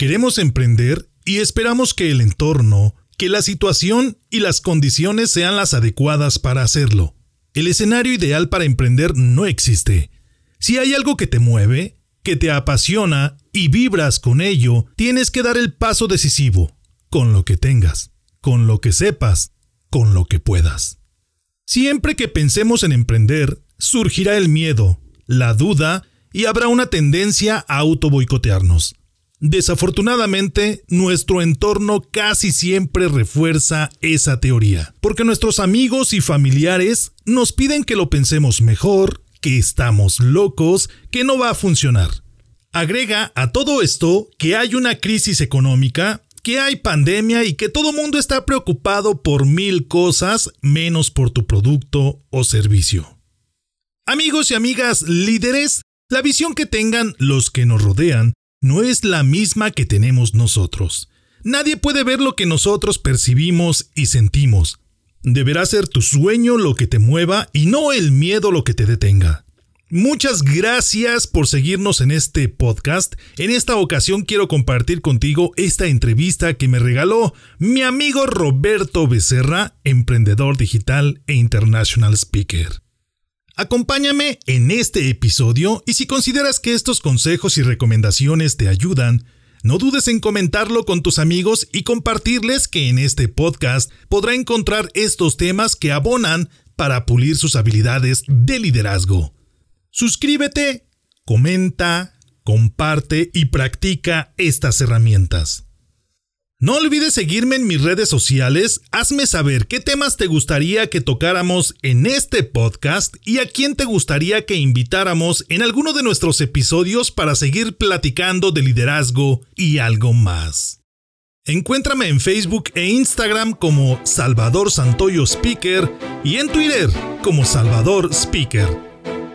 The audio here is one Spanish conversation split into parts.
Queremos emprender y esperamos que el entorno, que la situación y las condiciones sean las adecuadas para hacerlo. El escenario ideal para emprender no existe. Si hay algo que te mueve, que te apasiona y vibras con ello, tienes que dar el paso decisivo, con lo que tengas, con lo que sepas, con lo que puedas. Siempre que pensemos en emprender, surgirá el miedo, la duda y habrá una tendencia a autoboicotearnos. Desafortunadamente, nuestro entorno casi siempre refuerza esa teoría, porque nuestros amigos y familiares nos piden que lo pensemos mejor, que estamos locos, que no va a funcionar. Agrega a todo esto que hay una crisis económica, que hay pandemia y que todo mundo está preocupado por 1000 cosas menos por tu producto o servicio. Amigos y amigas líderes, la visión que tengan los que nos rodean no es la misma que tenemos nosotros. Nadie puede ver lo que nosotros percibimos y sentimos. Deberá ser tu sueño lo que te mueva y no el miedo lo que te detenga. Muchas gracias por seguirnos en este podcast. En esta ocasión quiero compartir contigo esta entrevista que me regaló mi amigo Roberto Becerra, emprendedor digital e international speaker. Acompáñame en este episodio y si consideras que estos consejos y recomendaciones te ayudan, no dudes en comentarlo con tus amigos y compartirles que en este podcast podrá encontrar estos temas que abonan para pulir sus habilidades de liderazgo. Suscríbete, comenta, comparte y practica estas herramientas. No olvides seguirme en mis redes sociales, hazme saber qué temas te gustaría que tocáramos en este podcast y a quién te gustaría que invitáramos en alguno de nuestros episodios para seguir platicando de liderazgo y algo más. Encuéntrame en Facebook e Instagram como Salvador Santoyo Speaker y en Twitter como Salvador Speaker.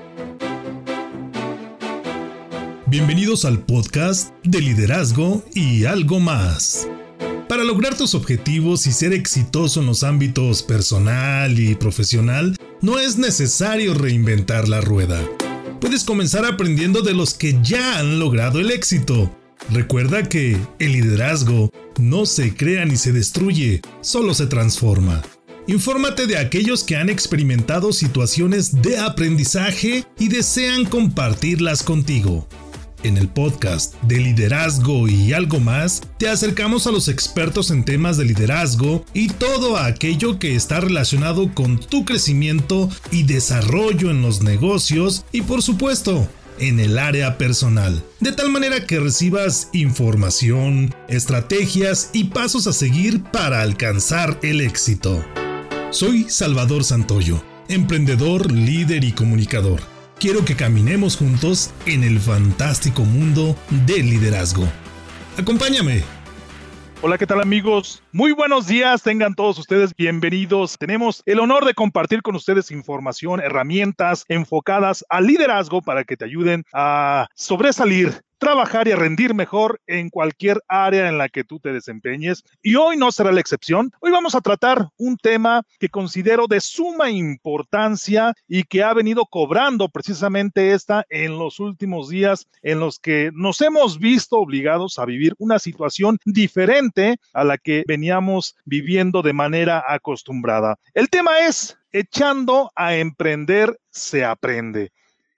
Bienvenidos al podcast de liderazgo y algo más. Para lograr tus objetivos y ser exitoso en los ámbitos personal y profesional, no es necesario reinventar la rueda. Puedes comenzar aprendiendo de los que ya han logrado el éxito. Recuerda que el liderazgo no se crea ni se destruye, solo se transforma. Infórmate de aquellos que han experimentado situaciones de aprendizaje y desean compartirlas contigo. En el podcast de liderazgo y algo más, te acercamos a los expertos en temas de liderazgo y todo aquello que está relacionado con tu crecimiento y desarrollo en los negocios y por supuesto, en el área personal, de tal manera que recibas información, estrategias y pasos a seguir para alcanzar el éxito. Soy Salvador Santoyo, emprendedor, líder y comunicador. Quiero que caminemos juntos en el fantástico mundo del liderazgo. ¡Acompáñame! Hola, ¿qué tal amigos? Muy buenos días, tengan todos ustedes bienvenidos. Tenemos el honor de compartir con ustedes información, herramientas enfocadas al liderazgo para que te ayuden a sobresalir, trabajar y a rendir mejor en cualquier área en la que tú te desempeñes. Y hoy no será la excepción. Hoy vamos a tratar un tema que considero de suma importancia y que ha venido cobrando precisamente en los últimos días en los que nos hemos visto obligados a vivir una situación diferente a la que veníamos viviendo de manera acostumbrada. El tema es: echando a emprender se aprende.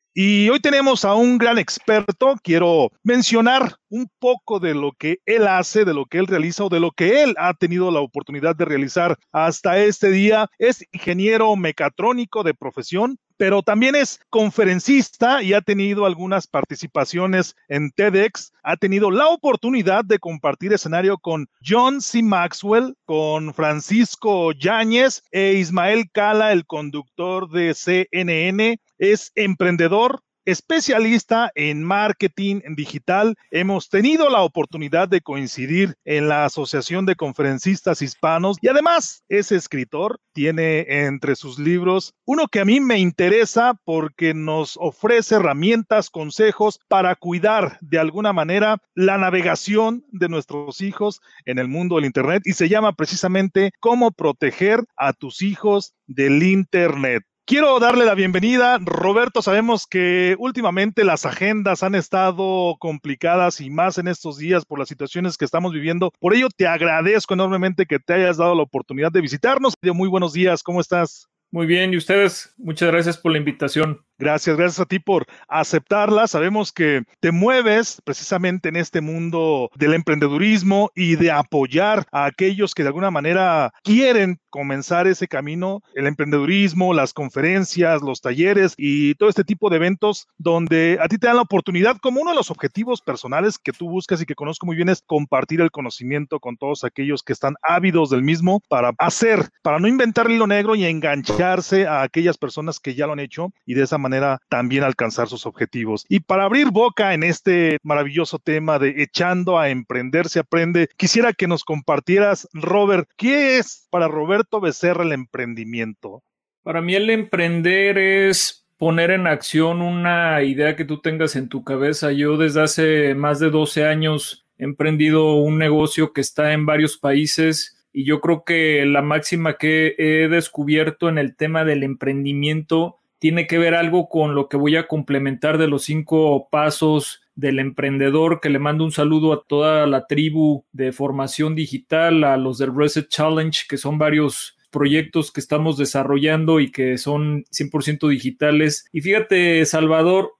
Y hoy tenemos a un gran experto. Quiero mencionar un poco de lo que él hace, de lo que él realiza o de lo que él ha tenido la oportunidad de realizar hasta este día. Es ingeniero mecatrónico de profesión, pero también es conferencista y ha tenido algunas participaciones en TEDx. Ha tenido la oportunidad de compartir escenario con John C. Maxwell, con Francisco Yáñez e Ismael Cala, el conductor de CNN. Es emprendedor, especialista en marketing digital. Hemos tenido la oportunidad de coincidir en la Asociación de Conferencistas Hispanos y además es escritor. Tiene entre sus libros uno que a mí me interesa porque nos ofrece herramientas, consejos para cuidar de alguna manera la navegación de nuestros hijos en el mundo del Internet y se llama precisamente Cómo proteger a tus hijos del Internet. Quiero darle la bienvenida. Roberto, sabemos que últimamente las agendas han estado complicadas y más en estos días por las situaciones que estamos viviendo. Por ello, te agradezco enormemente que te hayas dado la oportunidad de visitarnos. Muy buenos días, ¿cómo estás? Muy bien, ¿y ustedes? Muchas gracias por la invitación. Gracias a ti por aceptarla. Sabemos que te mueves precisamente en este mundo del emprendedurismo y de apoyar a aquellos que de alguna manera quieren comenzar ese camino, el emprendedurismo, las conferencias, los talleres y todo este tipo de eventos donde a ti te dan la oportunidad, como uno de los objetivos personales que tú buscas y que conozco muy bien, es compartir el conocimiento con todos aquellos que están ávidos del mismo para no inventar el hilo negro y engancharse a aquellas personas que ya lo han hecho y de esa manera también alcanzar sus objetivos. Y para abrir boca en este maravilloso tema de echando a emprender se aprende, quisiera que nos compartieras, Robert, ¿qué es para Roberto Becerra el emprendimiento? Para mí el emprender es poner en acción una idea que tú tengas en tu cabeza. Yo desde hace más de 12 años he emprendido un negocio que está en varios países y yo creo que la máxima que he descubierto en el tema del emprendimiento tiene que ver algo con lo que voy a complementar de los 5 pasos del emprendedor, que le mando un saludo a toda la tribu de formación digital, a los del Reset Challenge, que son varios proyectos que estamos desarrollando y que son 100% digitales. Y fíjate, Salvador,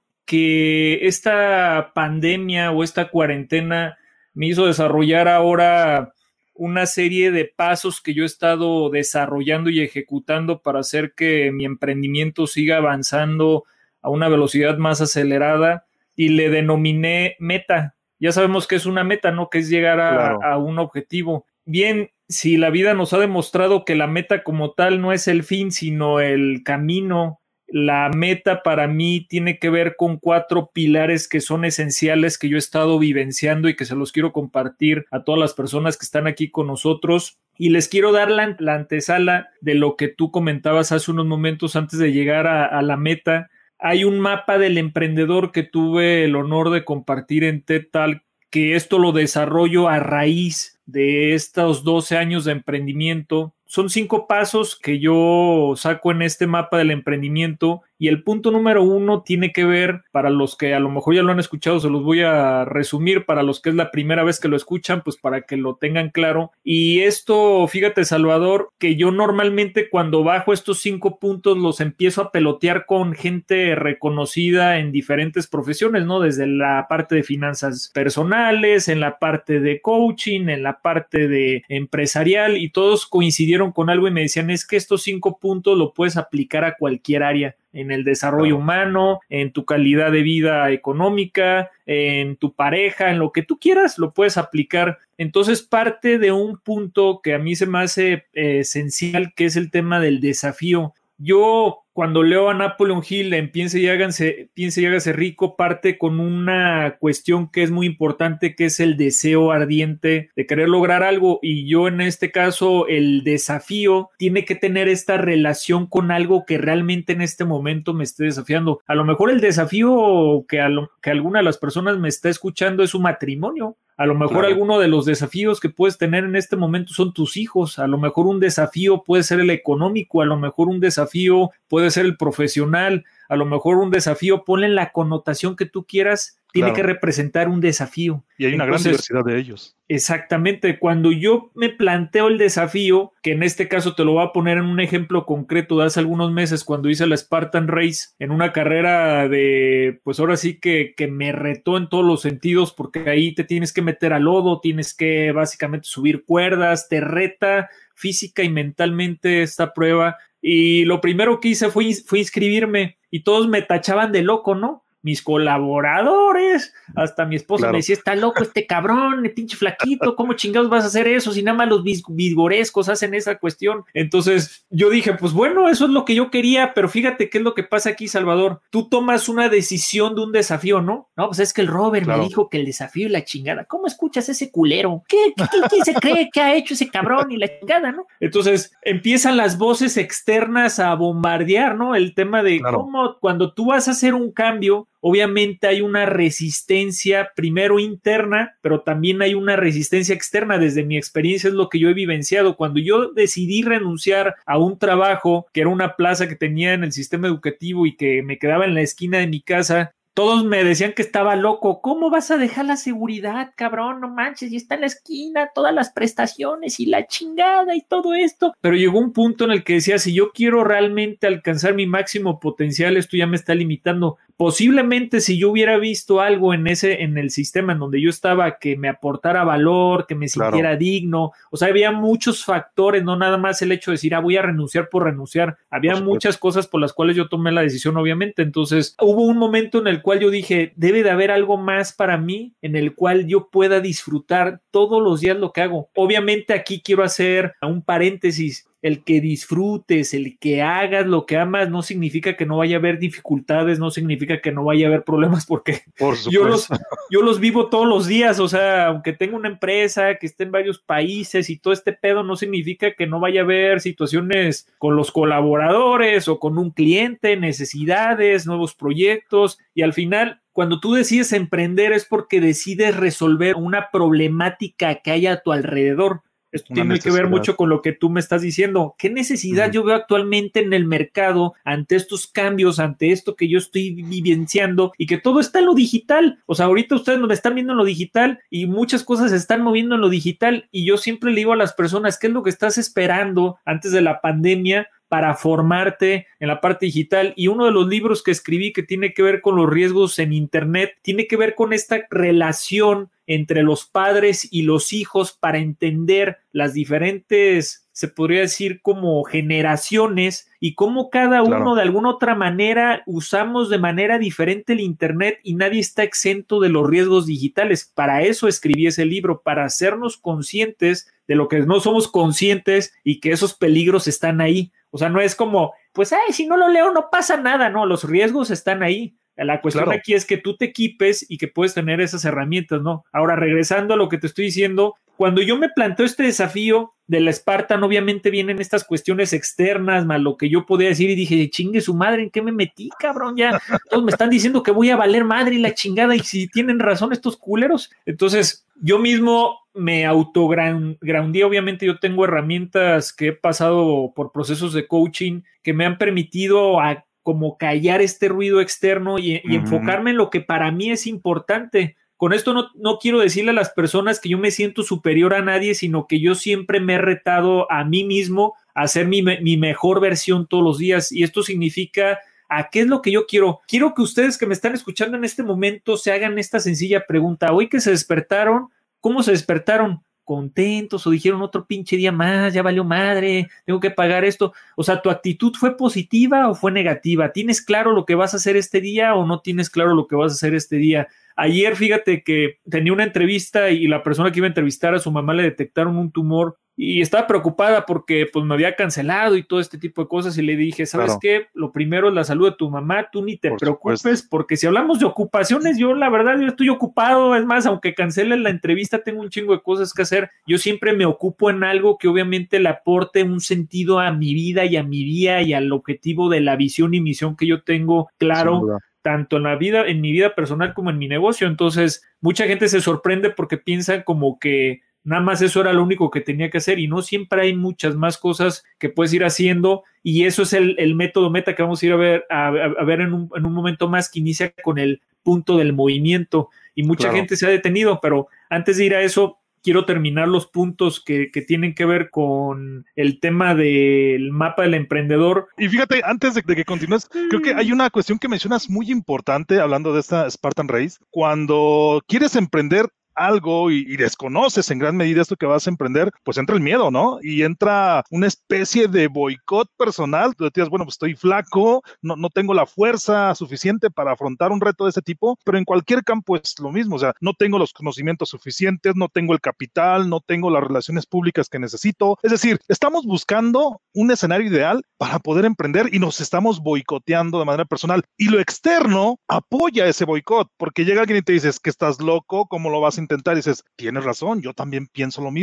que esta pandemia o esta cuarentena me hizo desarrollar ahora una serie de pasos que yo he estado desarrollando y ejecutando para hacer que mi emprendimiento siga avanzando a una velocidad más acelerada y le denominé meta. Ya sabemos que es una meta, ¿no? Que es llegar a un objetivo. Bien, si la vida nos ha demostrado que la meta como tal no es el fin, sino el camino, la meta para mí tiene que ver con 4 pilares que son esenciales que yo he estado vivenciando y que se los quiero compartir a todas las personas que están aquí con nosotros. Y les quiero dar la antesala de lo que tú comentabas hace unos momentos antes de llegar a la meta. Hay un mapa del emprendedor que tuve el honor de compartir en TED Talk, que esto lo desarrollo a raíz de estos 12 años de emprendimiento. Son 5 pasos que yo saco en este mapa del emprendimiento y el punto número 1 tiene que ver, para los que a lo mejor ya lo han escuchado, se los voy a resumir, para los que es la primera vez que lo escuchan, pues para que lo tengan claro. Y esto, fíjate, Salvador, que yo normalmente cuando bajo estos 5 puntos los empiezo a pelotear con gente reconocida en diferentes profesiones, ¿no? Desde la parte de finanzas personales, en la parte de coaching, en la parte de empresarial, y todos coincidieron con algo y me decían, es que estos 5 puntos lo puedes aplicar a cualquier área, en el desarrollo humano, en tu calidad de vida económica, en tu pareja, en lo que tú quieras, lo puedes aplicar. Entonces parte de un punto que a mí se me hace esencial, que es el tema del desafío. Yo cuando leo a Napoleon Hill en Piense y hágase rico, parte con una cuestión que es muy importante, que es el deseo ardiente de querer lograr algo, y yo en este caso el desafío tiene que tener esta relación con algo que realmente en este momento me esté desafiando. A lo mejor el desafío que alguna de las personas me está escuchando es su matrimonio. A lo mejor alguno de los desafíos que puedes tener en este momento son tus hijos. A lo mejor un desafío puede ser el económico, a lo mejor un desafío puede ser el profesional, a lo mejor un desafío, ponle la connotación que tú quieras, tiene que representar un desafío. Y hay una gran diversidad de ellos. Exactamente. Cuando yo me planteo el desafío, que en este caso te lo voy a poner en un ejemplo concreto de hace algunos meses, cuando hice la Spartan Race, en una carrera de, pues ahora sí que me retó en todos los sentidos, porque ahí te tienes que meter al lodo, tienes que básicamente subir cuerdas, te reta física y mentalmente esta prueba. Y lo primero que hice fue inscribirme y todos me tachaban de loco, ¿no? Mis colaboradores, hasta mi esposa me decía, está loco este cabrón, el pinche flaquito, ¿cómo chingados vas a hacer eso? Si nada más los vigorescos hacen esa cuestión. Entonces yo dije, pues bueno, eso es lo que yo quería, pero fíjate qué es lo que pasa aquí, Salvador. Tú tomas una decisión de un desafío, ¿no? No, pues es que el Robert me dijo que el desafío y la chingada. ¿Cómo escuchas ese culero? ¿Qué se cree que ha hecho ese cabrón y la chingada, no? Entonces empiezan las voces externas a bombardear, ¿no? El tema de cómo cuando tú vas a hacer un cambio, obviamente hay una resistencia primero interna, pero también hay una resistencia externa. Desde mi experiencia es lo que yo he vivenciado. Cuando yo decidí renunciar a un trabajo que era una plaza que tenía en el sistema educativo y que me quedaba en la esquina de mi casa, todos me decían que estaba loco. ¿Cómo vas a dejar la seguridad, cabrón? No manches, y está en la esquina, todas las prestaciones y la chingada y todo esto. Pero llegó un punto en el que decía, si yo quiero realmente alcanzar mi máximo potencial, esto ya me está limitando. Posiblemente si yo hubiera visto algo en el sistema en donde yo estaba que me aportara valor, que me sintiera digno, o sea, había muchos factores, no nada más el hecho de decir, voy a renunciar por renunciar. Había muchas cosas por las cuales yo tomé la decisión, obviamente. Entonces, hubo un momento en el cual yo dije, debe de haber algo más para mí en el cual yo pueda disfrutar todos los días lo que hago. Obviamente aquí quiero hacer un paréntesis. El que disfrutes, el que hagas lo que amas, no significa que no vaya a haber dificultades, no significa que no vaya a haber problemas, porque yo los vivo todos los días. O sea, aunque tenga una empresa que esté en varios países y todo este pedo, no significa que no vaya a haber situaciones con los colaboradores o con un cliente, necesidades, nuevos proyectos, y al final, cuando tú decides emprender es porque decides resolver una problemática que hay a tu alrededor. Esto tiene que ver mucho con lo que tú me estás diciendo. ¿Qué necesidad yo veo actualmente en el mercado ante estos cambios, ante esto que yo estoy vivenciando y que todo está en lo digital? O sea, ahorita ustedes nos están viendo en lo digital y muchas cosas se están moviendo en lo digital, y yo siempre le digo a las personas, ¿qué es lo que estás esperando antes de la pandemia para formarte en la parte digital? Y uno de los libros que escribí que tiene que ver con los riesgos en Internet, tiene que ver con esta relación entre los padres y los hijos para entender las diferentes, se podría decir, como generaciones, y cómo cada uno de alguna otra manera usamos de manera diferente el Internet, y nadie está exento de los riesgos digitales. Para eso escribí ese libro, para hacernos conscientes de lo que no somos conscientes y que esos peligros están ahí. O sea, no es como, pues, si no lo leo no pasa nada. No, los riesgos están ahí. La cuestión aquí es que tú te equipes y que puedes tener esas herramientas, ¿no? Ahora, regresando a lo que te estoy diciendo, cuando yo me planteo este desafío de la Spartan, obviamente vienen estas cuestiones externas, más lo que yo podía decir, y dije, chingue su madre, ¿en qué me metí, cabrón? Ya todos me están diciendo que voy a valer madre y la chingada, y si tienen razón estos culeros. Entonces, yo mismo me autogroundé. Obviamente yo tengo herramientas que he pasado por procesos de coaching que me han permitido como callar este ruido externo y enfocarme en lo que para mí es importante. Con esto no quiero decirle a las personas que yo me siento superior a nadie, sino que yo siempre me he retado a mí mismo a ser mi mejor versión todos los días, y esto significa ¿a qué es lo que yo quiero? Quiero que ustedes que me están escuchando en este momento se hagan esta sencilla pregunta. Hoy que se despertaron, ¿cómo se despertaron? ¿Contentos o dijeron otro pinche día más, ya valió madre, tengo que pagar esto? O sea, ¿tu actitud fue positiva o fue negativa? ¿Tienes claro lo que vas a hacer este día o no tienes claro lo que vas a hacer este día? Ayer, fíjate que tenía una entrevista y la persona que iba a entrevistar, a su mamá le detectaron un tumor y estaba preocupada porque pues me había cancelado y todo este tipo de cosas, y le dije, ¿sabes qué? Lo primero es la salud de tu mamá, tú ni te preocupes, porque si hablamos de ocupaciones, yo la verdad yo estoy ocupado. Es más, aunque cancelen la entrevista, tengo un chingo de cosas que hacer. Yo siempre me ocupo en algo que obviamente le aporte un sentido a mi vida y a mi día y al objetivo de la visión y misión que yo tengo claro, tanto en mi vida personal como en mi negocio. Entonces, mucha gente se sorprende porque piensa como que nada más eso era lo único que tenía que hacer, y no, siempre hay muchas más cosas que puedes ir haciendo, y eso es el método meta que vamos a ir a ver en un momento más, que inicia con el punto del movimiento, y mucha gente se ha detenido. Pero antes de ir a eso, quiero terminar los puntos que tienen que ver con el tema del mapa del emprendedor. Y fíjate, antes de que continúes, creo que hay una cuestión que mencionas muy importante hablando de esta Spartan Race. Cuando quieres emprender algo y desconoces en gran medida esto que vas a emprender, pues entra el miedo, ¿no? Y entra una especie de boicot personal. Tú decías, bueno, pues estoy flaco, no tengo la fuerza suficiente para afrontar un reto de ese tipo, pero en cualquier campo es lo mismo. O sea, no tengo los conocimientos suficientes, no tengo el capital, no tengo las relaciones públicas que necesito. Es decir, estamos buscando un escenario ideal para poder emprender y nos estamos boicoteando de manera personal. Y lo externo apoya ese boicot, porque llega alguien y te dice, que estás loco, ¿cómo lo vas a intentar? Y dices, tienes razón, yo también pienso lo mismo.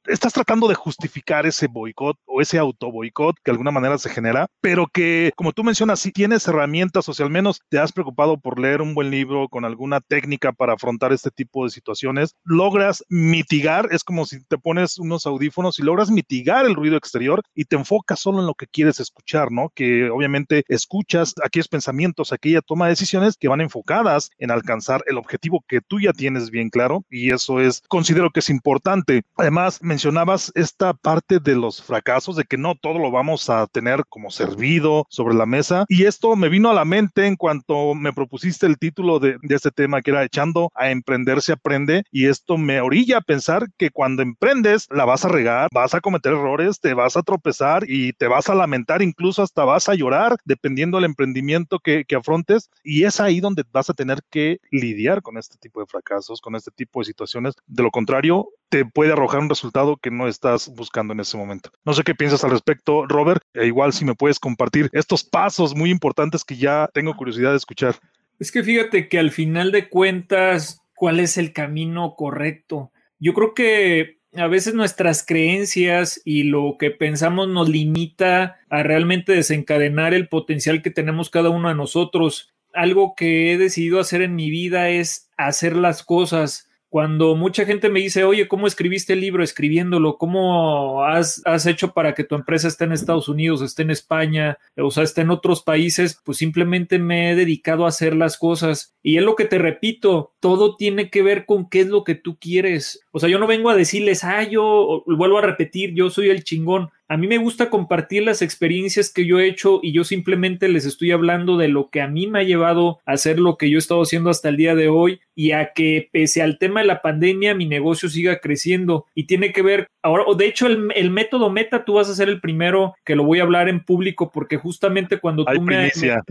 estás tratando de justificar ese boicot o ese autoboicot que de alguna manera se genera, pero que, como tú mencionas, si tienes herramientas o si al menos te has preocupado por leer un buen libro con alguna técnica para afrontar este tipo de situaciones, logras mitigar, es como si te pones unos audífonos y logras mitigar el ruido exterior y te enfocas solo en lo que quieres escuchar, ¿no? Que obviamente escuchas aquellos pensamientos, aquella toma de decisiones que van enfocadas en alcanzar el objetivo que tú ya tienes bien claro, y eso es, considero que es importante. Además, mencionabas esta parte de los fracasos, de que no todo lo vamos a tener como servido sobre la mesa, y esto me vino a la mente en cuanto me propusiste el título de este tema, que era Echando a emprender se aprende, y esto me orilla a pensar que cuando emprendes la vas a regar, vas a cometer errores, te vas a tropezar y te vas a lamentar, incluso hasta vas a llorar, dependiendo del emprendimiento que afrontes, y es ahí donde vas a tener que lidiar con este tipo de fracasos, con este tipo de situaciones. De lo contrario, te puede arrojar un resultado que no estás buscando en ese momento. No sé qué piensas al respecto, Robert, e igual si me puedes compartir estos pasos muy importantes que ya tengo curiosidad de escuchar. Es que fíjate que al final de cuentas, ¿cuál es el camino correcto? Yo creo que a veces nuestras creencias y lo que pensamos nos limita a realmente desencadenar el potencial que tenemos cada uno de nosotros. Algo que he decidido hacer en mi vida es hacer las cosas. Cuando mucha gente me dice, oye, ¿cómo escribiste el libro? Escribiéndolo. ¿Cómo has hecho para que tu empresa esté en Estados Unidos, esté en España, o sea, esté en otros países? Pues simplemente me he dedicado a hacer las cosas. Y es lo que te repito, todo tiene que ver con qué es lo que tú quieres. O sea, yo no vengo a decirles, yo vuelvo a repetir, yo soy el chingón. A mí me gusta compartir las experiencias que yo he hecho y yo simplemente les estoy hablando de lo que a mí me ha llevado a hacer lo que yo he estado haciendo hasta el día de hoy y a que pese al tema de la pandemia mi negocio siga creciendo y tiene que ver ahora, de hecho el método Meta tú vas a ser el primero que lo voy a hablar en público porque justamente cuando tú van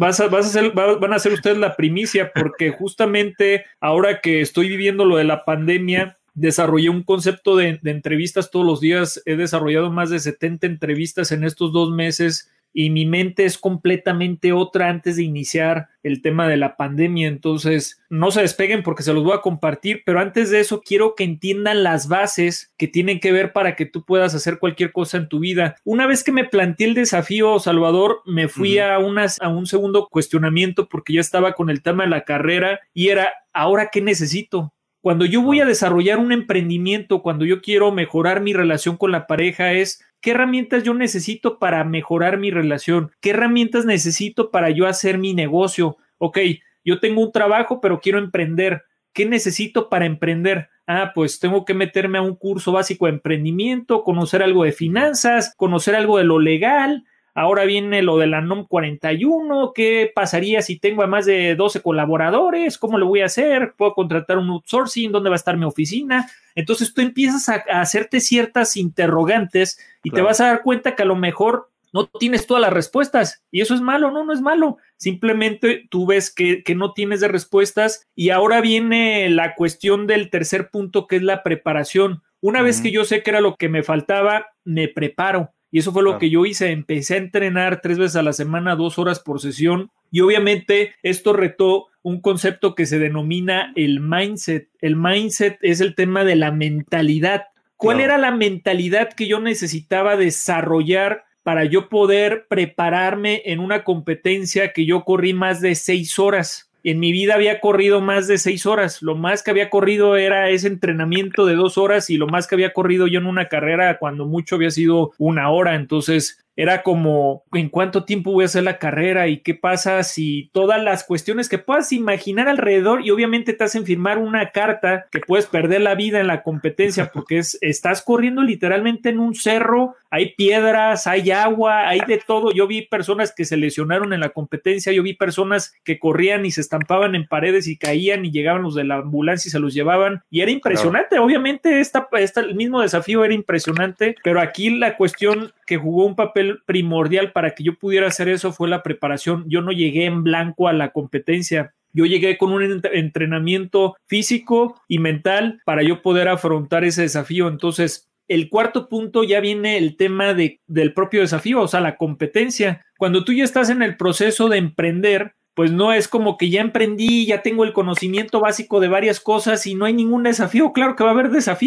a ser ustedes la primicia porque justamente ahora que estoy viviendo lo de la pandemia desarrollé un concepto de entrevistas todos los días, he desarrollado más de 70 entrevistas en estos 2 meses y mi mente es completamente otra antes de iniciar el tema de la pandemia, entonces no se despeguen porque se los voy a compartir, pero antes de eso quiero que entiendan las bases que tienen que ver para que tú puedas hacer cualquier cosa en tu vida. Una vez que me planteé el desafío, Salvador, me fui a un segundo cuestionamiento porque ya estaba con el tema de la carrera y era, ¿ahora qué necesito? Cuando yo voy a desarrollar un emprendimiento, cuando yo quiero mejorar mi relación con la pareja es ¿qué herramientas yo necesito para mejorar mi relación? ¿Qué herramientas necesito para yo hacer mi negocio? Ok, yo tengo un trabajo, pero quiero emprender. ¿Qué necesito para emprender? Pues tengo que meterme a un curso básico de emprendimiento, conocer algo de finanzas, conocer algo de lo legal. Ahora viene lo de la NOM 41, ¿qué pasaría si tengo a más de 12 colaboradores? ¿Cómo lo voy a hacer? ¿Puedo contratar un outsourcing? ¿Dónde va a estar mi oficina? Entonces tú empiezas a hacerte ciertas interrogantes y claro, te vas a dar cuenta que a lo mejor no tienes todas las respuestas y eso es malo, no es malo. Simplemente tú ves que no tienes de respuestas y ahora viene la cuestión del tercer punto que es la preparación. Una vez que yo sé que era lo que me faltaba, me preparo. Y eso fue lo que yo hice, empecé a entrenar 3 veces a la semana, 2 horas por sesión y obviamente esto retó un concepto que se denomina el mindset. El mindset es el tema de la mentalidad. ¿Cuál era la mentalidad que yo necesitaba desarrollar para yo poder prepararme en una competencia que yo corrí más de 6 horas? En mi vida había corrido más de 6 horas. Lo más que había corrido era ese entrenamiento de 2 horas y lo más que había corrido yo en una carrera cuando mucho había sido 1 hora. Entonces era como, ¿en cuánto tiempo voy a hacer la carrera? ¿Y qué pasa si todas las cuestiones que puedas imaginar alrededor y obviamente te hacen firmar una carta que puedes perder la vida en la competencia porque estás corriendo literalmente en un cerro, hay piedras, hay agua, hay de todo. Yo vi personas que se lesionaron en la competencia, yo vi personas que corrían y se estampaban en paredes y caían y llegaban los de la ambulancia y se los llevaban y era impresionante. Claro. Obviamente el mismo desafío era impresionante, pero aquí la cuestión que jugó un papel primordial para que yo pudiera hacer eso fue la preparación. Yo no llegué en blanco a la competencia. Yo llegué con un entrenamiento físico y mental para yo poder afrontar ese desafío. Entonces, el cuarto punto ya viene el tema del propio desafío, o sea, la competencia. Cuando tú ya estás en el proceso de emprender, pues no es como que ya emprendí, ya tengo el conocimiento básico de varias cosas y no hay ningún desafío. Claro que va a haber desafíos.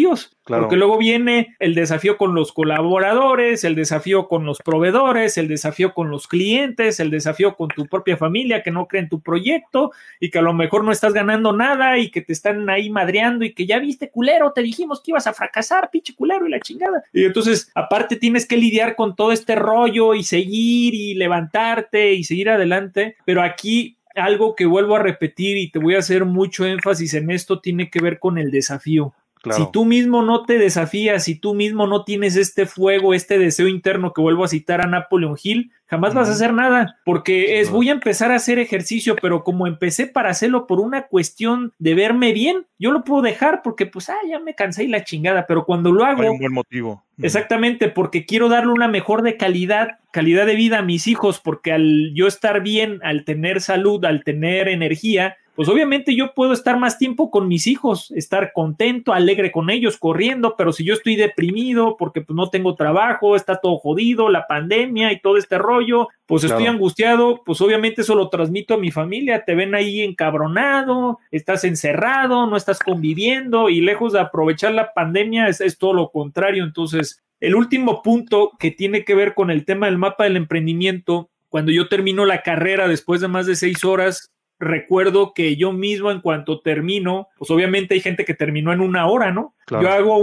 Claro. Porque luego viene el desafío con los colaboradores, el desafío con los proveedores, el desafío con los clientes, el desafío con tu propia familia que no cree en tu proyecto y que a lo mejor no estás ganando nada y que te están ahí madreando y que ya viste, culero, te dijimos que ibas a fracasar, pinche culero y la chingada. Y entonces, aparte tienes que lidiar con todo este rollo y seguir y levantarte y seguir adelante, pero aquí algo que vuelvo a repetir y te voy a hacer mucho énfasis en esto tiene que ver con el desafío. Claro. Si tú mismo no te desafías, si tú mismo no tienes este fuego, este deseo interno que vuelvo a citar a Napoleon Hill, jamás vas a hacer nada, porque voy a empezar a hacer ejercicio, pero como empecé para hacerlo por una cuestión de verme bien, yo lo puedo dejar porque pues ya me cansé y la chingada, pero cuando lo hago... Hay un buen motivo. Exactamente, porque quiero darle una mejor calidad de vida a mis hijos, porque al yo estar bien, al tener salud, al tener energía, pues obviamente yo puedo estar más tiempo con mis hijos, estar contento, alegre con ellos, corriendo, pero si yo estoy deprimido porque pues no tengo trabajo, está todo jodido, la pandemia y todo este rollo, pues estoy angustiado, pues obviamente eso lo transmito a mi familia, te ven ahí encabronado, estás encerrado, no estás conviviendo y lejos de aprovechar la pandemia es todo lo contrario. Entonces, el último punto que tiene que ver con el tema del mapa del emprendimiento, cuando yo termino la carrera después de más de 6 horas, recuerdo que yo mismo en cuanto termino, pues obviamente hay gente que terminó en 1 hora, ¿no? Claro. Yo hago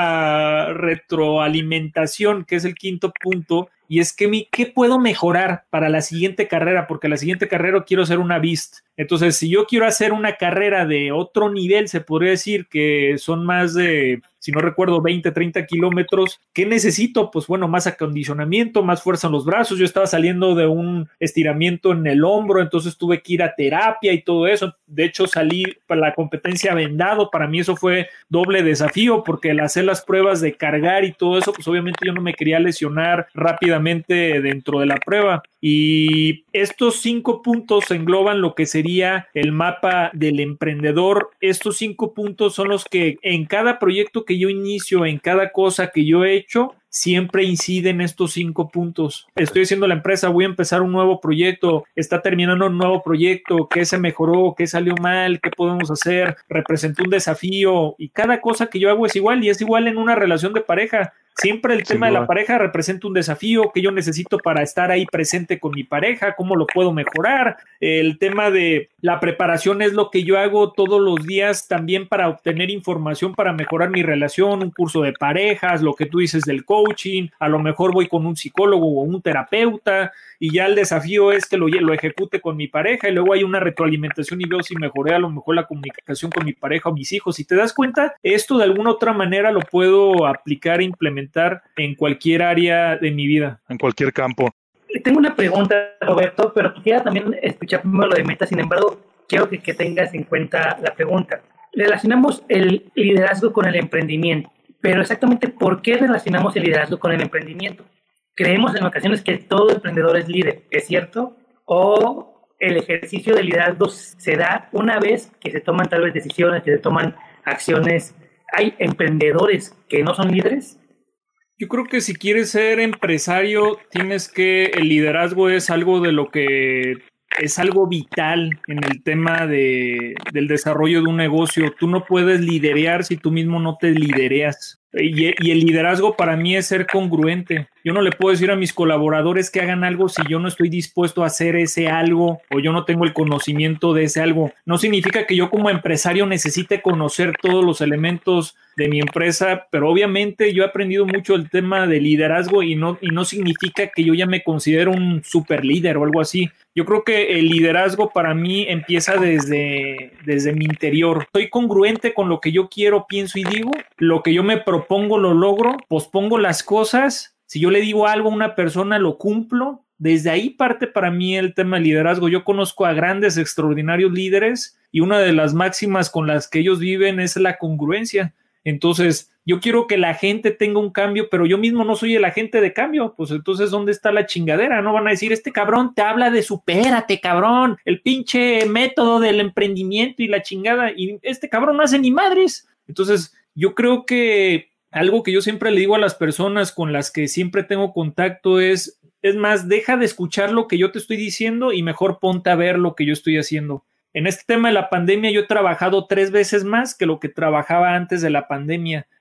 una retroalimentación, que es el quinto punto, y es que ¿qué puedo mejorar para la siguiente carrera? Porque la siguiente carrera quiero ser una BIST. Entonces, si yo quiero hacer una carrera de otro nivel, se podría decir que son más de, si no recuerdo, 20, 30 kilómetros. ¿Qué necesito? Pues bueno, más acondicionamiento, más fuerza en los brazos. Yo estaba saliendo de un estiramiento en el hombro, entonces tuve que ir a terapia y todo eso. De hecho, salí para la competencia vendado. Para mí eso fue doble desafío, porque al hacer las pruebas de cargar y todo eso, pues obviamente yo no me quería lesionar rápidamente dentro de la prueba. Y estos 5 puntos engloban lo que sería el mapa del emprendedor. Estos 5 puntos son los que en cada proyecto que yo inicio, en cada cosa que yo he hecho, siempre inciden estos 5 puntos. Estoy haciendo la empresa, voy a empezar un nuevo proyecto, está terminando un nuevo proyecto, qué se mejoró, qué salió mal, qué podemos hacer, representó un desafío, y cada cosa que yo hago es igual, y es igual en una relación de pareja. Siempre el tema de la pareja representa un desafío que yo necesito para estar ahí presente con mi pareja, cómo lo puedo mejorar. El tema de la preparación es lo que yo hago todos los días también para obtener información para mejorar mi relación, un curso de parejas, lo que tú dices del coaching, a lo mejor voy con un psicólogo o un terapeuta y ya el desafío es que lo ejecute con mi pareja y luego hay una retroalimentación y veo si mejoré a lo mejor la comunicación con mi pareja o mis hijos. Si te das cuenta, esto de alguna otra manera lo puedo aplicar e implementar en cualquier área de mi vida. En cualquier campo. Tengo una pregunta, Roberto, pero quisiera también escuchar primero lo de Meta. Sin embargo, quiero que tengas en cuenta la pregunta. Relacionamos el liderazgo con el emprendimiento, pero exactamente ¿por qué relacionamos el liderazgo con el emprendimiento? Creemos en ocasiones que todo emprendedor es líder, ¿es cierto? ¿O el ejercicio de liderazgo se da una vez que se toman tal vez decisiones, que se toman acciones? ¿Hay emprendedores que no son líderes? Yo creo que si quieres ser empresario, el liderazgo es algo de lo que es algo vital en el tema del desarrollo de un negocio. Tú no puedes liderear si tú mismo no te lidereas. Y el liderazgo para mí es ser congruente. Yo no le puedo decir a mis colaboradores que hagan algo si yo no estoy dispuesto a hacer ese algo o yo no tengo el conocimiento de ese algo. No significa que yo como empresario necesite conocer todos los elementos de mi empresa, pero obviamente yo he aprendido mucho el tema de liderazgo y no significa que yo ya me considero un super líder o algo así. Yo creo que el liderazgo para mí empieza desde mi interior. Soy congruente con lo que yo quiero, pienso y digo. Lo que yo me propongo lo logro, pospongo las cosas. Si yo le digo algo a una persona, lo cumplo. Desde ahí parte para mí el tema del liderazgo. Yo conozco a grandes, extraordinarios líderes y una de las máximas con las que ellos viven es la congruencia. Entonces, yo quiero que la gente tenga un cambio, pero yo mismo no soy el agente de cambio. Pues entonces, ¿dónde está la chingadera? No van a decir, este cabrón te habla de supérate, cabrón, el pinche método del emprendimiento y la chingada, y este cabrón no hace ni madres. Entonces, yo creo que algo que yo siempre le digo a las personas con las que siempre tengo contacto es más, deja de escuchar lo que yo te estoy diciendo y mejor ponte a ver lo que yo estoy haciendo. En este tema de la pandemia yo he trabajado 3 veces más que lo que trabajaba antes de la pandemia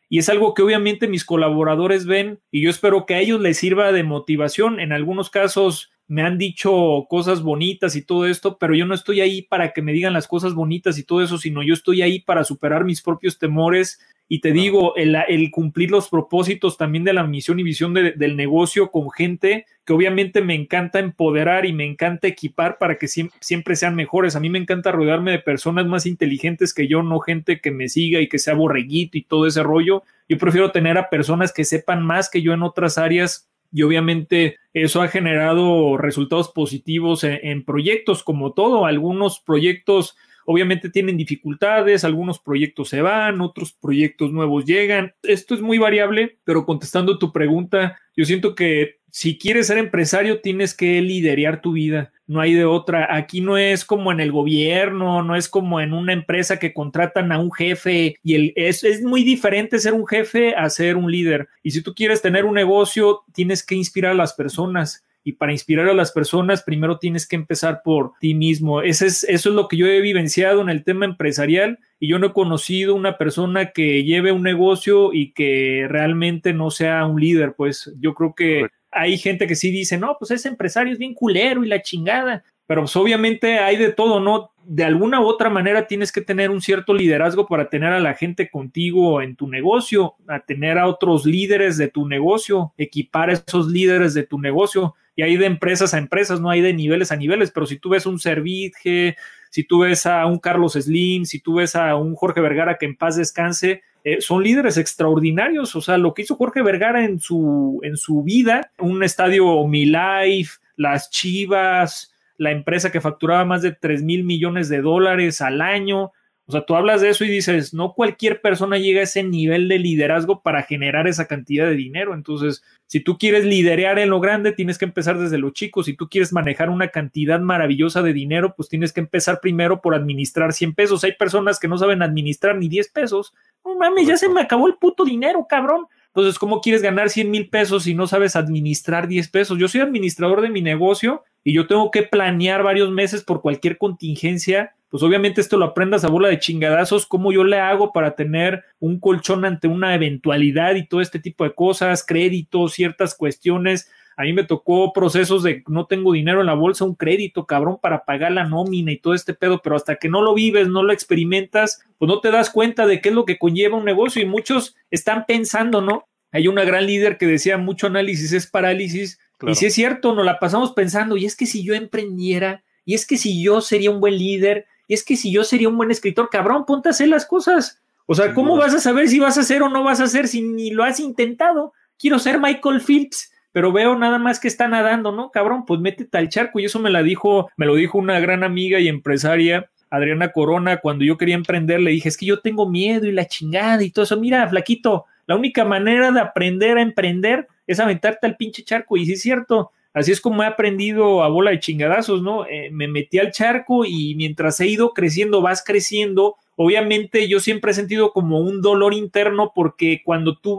y es algo que obviamente mis colaboradores ven y yo espero que a ellos les sirva de motivación. En algunos casos me han dicho cosas bonitas y todo esto, pero yo no estoy ahí para que me digan las cosas bonitas y todo eso, sino yo estoy ahí para superar mis propios temores. Y te digo, el cumplir los propósitos también de la misión y visión del negocio con gente que obviamente me encanta empoderar y me encanta equipar para que siempre sean mejores. A mí me encanta rodearme de personas más inteligentes que yo, no gente que me siga y que sea borreguito y todo ese rollo. Yo prefiero tener a personas que sepan más que yo en otras áreas y obviamente eso ha generado resultados positivos en proyectos como todo. Algunos proyectos obviamente tienen dificultades, algunos proyectos se van, otros proyectos nuevos llegan. Esto es muy variable, pero contestando tu pregunta, yo siento que si quieres ser empresario tienes que liderear tu vida, no hay de otra. Aquí no es como en el gobierno, no es como en una empresa que contratan a un jefe y es muy diferente ser un jefe a ser un líder. Y si tú quieres tener un negocio, tienes que inspirar a las personas. Y para inspirar a las personas, primero tienes que empezar por ti mismo. Eso es lo que yo he vivenciado en el tema empresarial y yo no he conocido una persona que lleve un negocio y que realmente no sea un líder. Pues yo creo que hay gente que sí dice, no, pues ese empresario es bien culero y la chingada. Pero pues obviamente hay de todo, ¿no? De alguna u otra manera tienes que tener un cierto liderazgo para tener a la gente contigo en tu negocio, a tener a otros líderes de tu negocio, equipar a esos líderes de tu negocio. Y hay de empresas a empresas, no hay de niveles a niveles, pero si tú ves un Servitje, si tú ves a un Carlos Slim, si tú ves a un Jorge Vergara que en paz descanse, son líderes extraordinarios. O sea, lo que hizo Jorge Vergara en su vida, un estadio Mi Life, las Chivas, la empresa que facturaba más de $3,000 millones al año. O sea, tú hablas de eso y dices, no cualquier persona llega a ese nivel de liderazgo para generar esa cantidad de dinero. Entonces, si tú quieres liderear en lo grande, tienes que empezar desde lo chico. Si tú quieres manejar una cantidad maravillosa de dinero, pues tienes que empezar primero por administrar 100 pesos. Hay personas que no saben administrar ni 10 pesos. No mames, ya se me acabó el puto dinero, cabrón. Entonces, ¿cómo quieres ganar 100,000 pesos si no sabes administrar 10 pesos? Yo soy administrador de mi negocio y yo tengo que planear varios meses por cualquier contingencia. Pues obviamente esto lo aprendas a bola de chingadazos, cómo yo le hago para tener un colchón ante una eventualidad y todo este tipo de cosas, créditos, ciertas cuestiones. A mí me tocó procesos de no tengo dinero en la bolsa, un crédito, cabrón, para pagar la nómina y todo este pedo, pero hasta que no lo vives, no lo experimentas, pues no te das cuenta de qué es lo que conlleva un negocio y muchos están pensando, ¿no? Hay una gran líder que decía mucho análisis es parálisis. Claro. Y sí es cierto, nos la pasamos pensando, y es que si yo emprendiera, y es que si yo sería un buen líder, y es que si yo sería un buen escritor, cabrón, ponte a hacer las cosas. O sea, ¿cómo vas a saber si vas a hacer o no vas a hacer si ni lo has intentado? Quiero ser Michael Phelps, pero veo nada más que está nadando, ¿no? Cabrón, pues métete al charco. Y eso me lo dijo una gran amiga y empresaria, Adriana Corona, cuando yo quería emprender, le dije, es que yo tengo miedo y la chingada y todo eso. Mira, flaquito, la única manera de aprender a emprender es aventarte al pinche charco. Y sí es cierto, así es como he aprendido a bola de chingadazos, ¿no? Me metí al charco y mientras he ido creciendo, vas creciendo. Obviamente yo siempre he sentido como un dolor interno porque es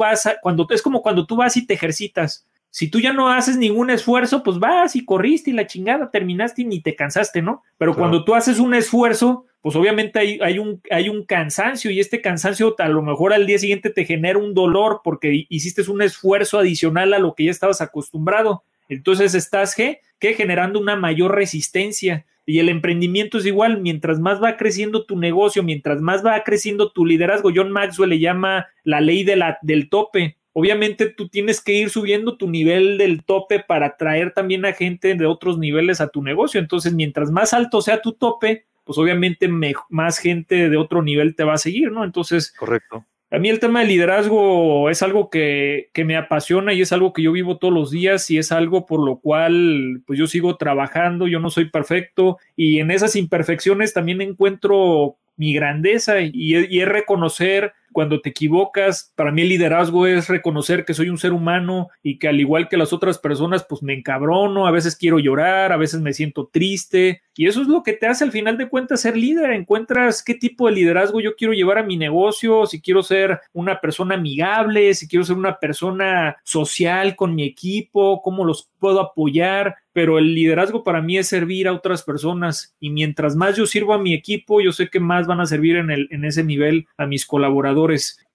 como cuando tú vas y te ejercitas. Si tú ya no haces ningún esfuerzo, pues vas y corriste y la chingada, terminaste y ni te cansaste, ¿no? Pero claro, cuando tú haces un esfuerzo, pues obviamente hay un cansancio y este cansancio a lo mejor al día siguiente te genera un dolor porque hiciste un esfuerzo adicional a lo que ya estabas acostumbrado. Entonces estás generando una mayor resistencia. Y el emprendimiento es igual, mientras más va creciendo tu negocio, mientras más va creciendo tu liderazgo, John Maxwell le llama la ley del tope. Obviamente tú tienes que ir subiendo tu nivel del tope para atraer también a gente de otros niveles a tu negocio. Entonces, mientras más alto sea tu tope, pues obviamente más gente de otro nivel te va a seguir, ¿no? Entonces, correcto. A mí el tema de liderazgo es algo que me apasiona y es algo que yo vivo todos los días y es algo por lo cual pues yo sigo trabajando, yo no soy perfecto y en esas imperfecciones también encuentro mi grandeza y es reconocer cuando te equivocas. Para mí el liderazgo es reconocer que soy un ser humano y que al igual que las otras personas pues me encabrono, a veces quiero llorar, a veces me siento triste y eso es lo que te hace al final de cuentas ser líder. Encuentras qué tipo de liderazgo yo quiero llevar a mi negocio, si quiero ser una persona amigable, si quiero ser una persona social con mi equipo, cómo los puedo apoyar, pero el liderazgo para mí es servir a otras personas y mientras más yo sirvo a mi equipo, yo sé que más van a servir en ese nivel a mis colaboradores.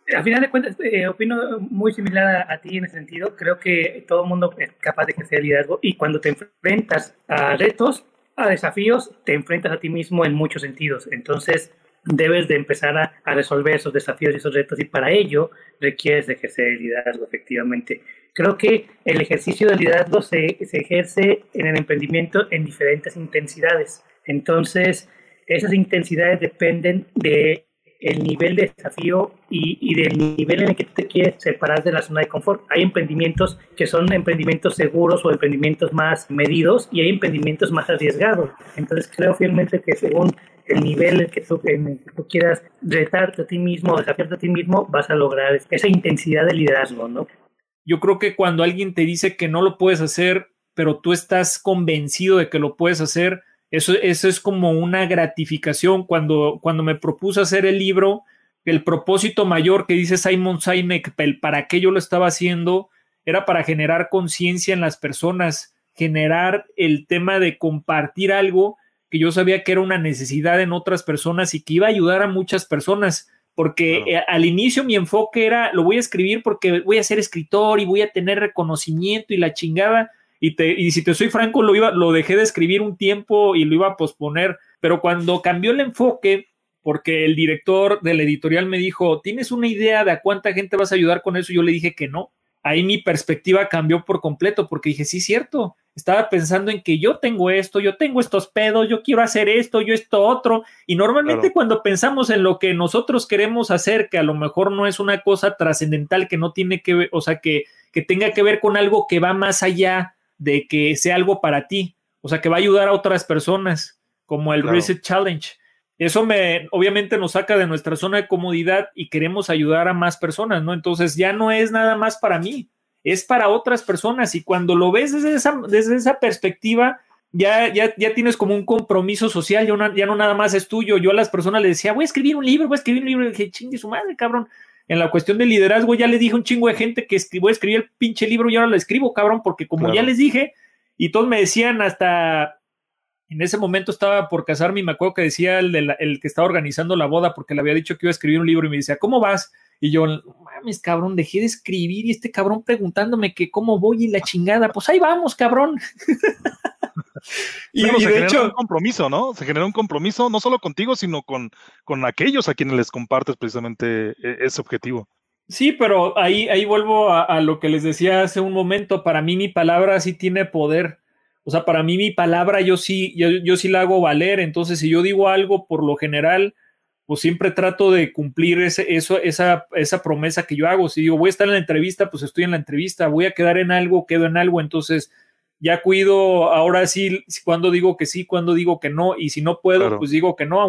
A final de cuentas, opino muy similar a ti en ese sentido. Creo que todo el mundo es capaz de ejercer liderazgo y cuando te enfrentas a retos, a desafíos, te enfrentas a ti mismo en muchos sentidos. Entonces, debes de empezar a resolver esos desafíos y esos retos y para ello requieres de ejercer el liderazgo, efectivamente. Creo que el ejercicio del liderazgo se ejerce en el emprendimiento en diferentes intensidades. Entonces, esas intensidades dependen de el nivel de desafío y del nivel en el que tú te quieres separar de la zona de confort. Hay emprendimientos que son emprendimientos seguros o emprendimientos más medidos y hay emprendimientos más arriesgados. Entonces creo fielmente que según el nivel en el que tú quieras retarte a ti mismo, desafiarte a ti mismo, vas a lograr esa intensidad de liderazgo, ¿no? Yo creo que cuando alguien te dice que no lo puedes hacer, pero tú estás convencido de que lo puedes hacer, eso es como una gratificación. Cuando me propuse hacer el libro, el propósito mayor que dice Simon Sinek, para qué yo lo estaba haciendo, era para generar conciencia en las personas, generar el tema de compartir algo que yo sabía que era una necesidad en otras personas y que iba a ayudar a muchas personas, porque claro, al inicio mi enfoque era, lo voy a escribir porque voy a ser escritor y voy a tener reconocimiento y la chingada. Y si te soy franco, lo dejé de escribir un tiempo y lo iba a posponer, pero cuando cambió el enfoque, porque el director de la editorial me dijo, ¿tienes una idea de a cuánta gente vas a ayudar con eso? Yo le dije que no. Ahí mi perspectiva cambió por completo, porque dije, sí, cierto, estaba pensando en que yo tengo esto, yo tengo estos pedos, yo quiero hacer esto, yo esto otro, y normalmente claro, cuando pensamos en lo que nosotros queremos hacer, que a lo mejor no es una cosa trascendental, que no tiene que ver, o sea, que tenga que ver con algo que va más allá de que sea algo para ti, o sea, que va a ayudar a otras personas, como el claro, Reset Challenge. Eso obviamente nos saca de nuestra zona de comodidad y queremos ayudar a más personas, ¿no? Entonces ya no es nada más para mí, es para otras personas, y cuando lo ves desde esa perspectiva, ya tienes como un compromiso social, ya no nada más es tuyo. Yo a las personas les decía, voy a escribir un libro, y dije, chingue su madre, cabrón. En la cuestión del liderazgo ya le dije a un chingo de gente que voy a escribir el pinche libro y ahora lo escribo, cabrón, porque como claro, ya les dije, y todos me decían, hasta en ese momento estaba por casarme y me acuerdo que decía el que estaba organizando la boda, porque le había dicho que iba a escribir un libro y me decía, ¿cómo vas? Y yo, mames, cabrón, dejé de escribir y este cabrón preguntándome que cómo voy y la chingada, pues ahí vamos, cabrón. Y se genera un compromiso, ¿no? Se genera un compromiso no solo contigo, sino con aquellos a quienes les compartes precisamente ese objetivo. Sí, pero ahí vuelvo a lo que les decía hace un momento. Para mí mi palabra sí tiene poder. O sea, para mí mi palabra yo sí la hago valer. Entonces, si yo digo algo, por lo general, pues siempre trato de cumplir esa promesa que yo hago. Si digo, voy a estar en la entrevista, pues estoy en la entrevista. Voy a quedar en algo, quedo en algo. Entonces, ya cuido ahora sí cuando digo que sí, cuando digo que no. Y si no puedo, claro, pues digo que no,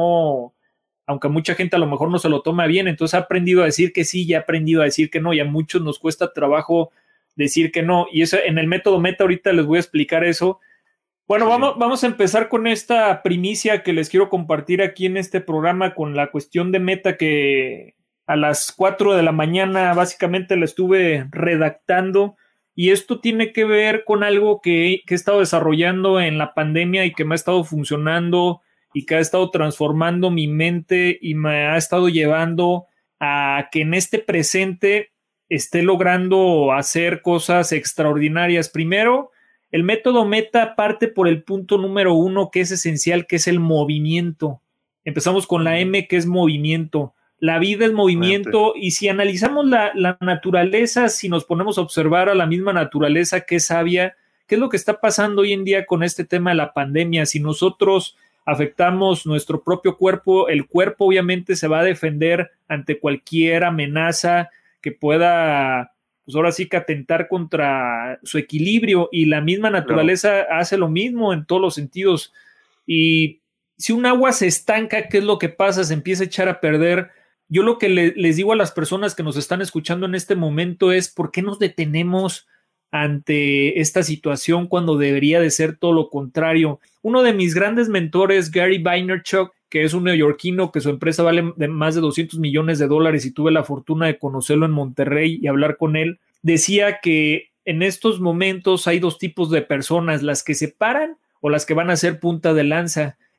aunque mucha gente a lo mejor no se lo toma bien. Entonces he aprendido a decir que sí, ya he aprendido a decir que no, y a muchos nos cuesta trabajo decir que no, y eso en el método Meta ahorita les voy a explicar eso. Bueno, sí, vamos a empezar con esta primicia que les quiero compartir aquí en este programa con la cuestión de Meta, que a las 4 de la mañana básicamente la estuve redactando, y esto tiene que ver con algo que he estado desarrollando en la pandemia y que me ha estado funcionando y que ha estado transformando mi mente y me ha estado llevando a que en este presente esté logrando hacer cosas extraordinarias. Primero, el método Meta parte por el punto número 1, que es esencial, que es el movimiento. Empezamos con la M, que es movimiento. La vida es movimiento, y si analizamos la naturaleza, si nos ponemos a observar a la misma naturaleza que es sabia, ¿qué es lo que está pasando hoy en día con este tema de la pandemia? Si nosotros afectamos nuestro propio cuerpo, el cuerpo obviamente se va a defender ante cualquier amenaza que pueda, pues ahora sí que atentar contra su equilibrio, y la misma naturaleza hace lo mismo en todos los sentidos. Y si un agua se estanca, ¿qué es lo que pasa? Se empieza a echar a perder. Yo lo que les digo a las personas que nos están escuchando en este momento es, ¿por qué nos detenemos ante esta situación cuando debería de ser todo lo contrario? Uno de mis grandes mentores, Gary Vaynerchuk, que es un neoyorquino que su empresa vale más de $200 millones y tuve la fortuna de conocerlo en Monterrey y hablar con él, decía que en estos momentos hay dos tipos de personas, las que se paran o las que van a ser punta de lanza.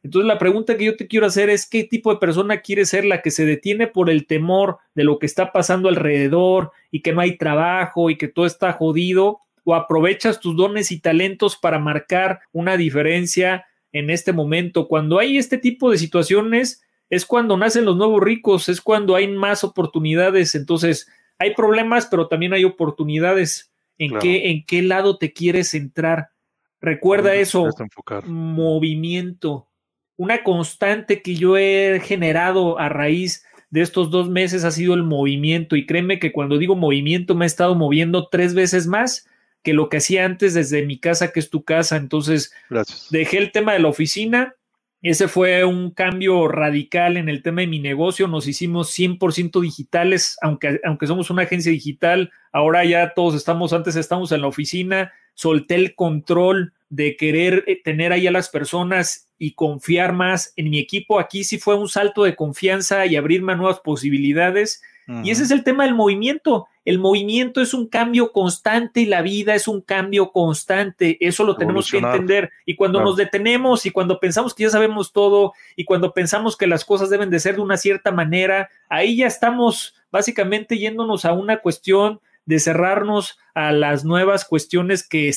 Entonces la pregunta que yo te quiero hacer es, ¿qué tipo de persona quieres ser? ¿La que se detiene por el temor de lo que está pasando alrededor y que no hay trabajo y que todo está jodido? ¿O aprovechas tus dones y talentos para marcar una diferencia en este momento? Cuando hay este tipo de situaciones es cuando nacen los nuevos ricos, es cuando hay más oportunidades. Entonces hay problemas, pero también hay oportunidades. Claro. ¿En qué lado te quieres centrar? Recuerda eso, enfocar. movimiento. Una constante que yo he generado a raíz de estos 2 meses ha sido el movimiento, y créeme que cuando digo movimiento me he estado moviendo 3 veces más que lo que hacía antes desde mi casa, que es tu casa. Entonces, Gracias. Dejé el tema de la oficina. Ese fue un cambio radical en el tema de mi negocio. Nos hicimos 100% digitales, aunque somos una agencia digital. Ahora ya antes estamos en la oficina. Solté el control de querer tener ahí a las personas y confiar más en mi equipo. Aquí sí fue un salto de confianza y abrirme a nuevas posibilidades. Y ese es el tema del movimiento. El movimiento es un cambio constante y la vida es un cambio constante. Eso lo tenemos que entender. Y cuando nos detenemos y cuando pensamos que ya sabemos todo y cuando pensamos que las cosas deben de ser de una cierta manera, ahí ya estamos básicamente yéndonos a una cuestión de cerrarnos a las nuevas cuestiones que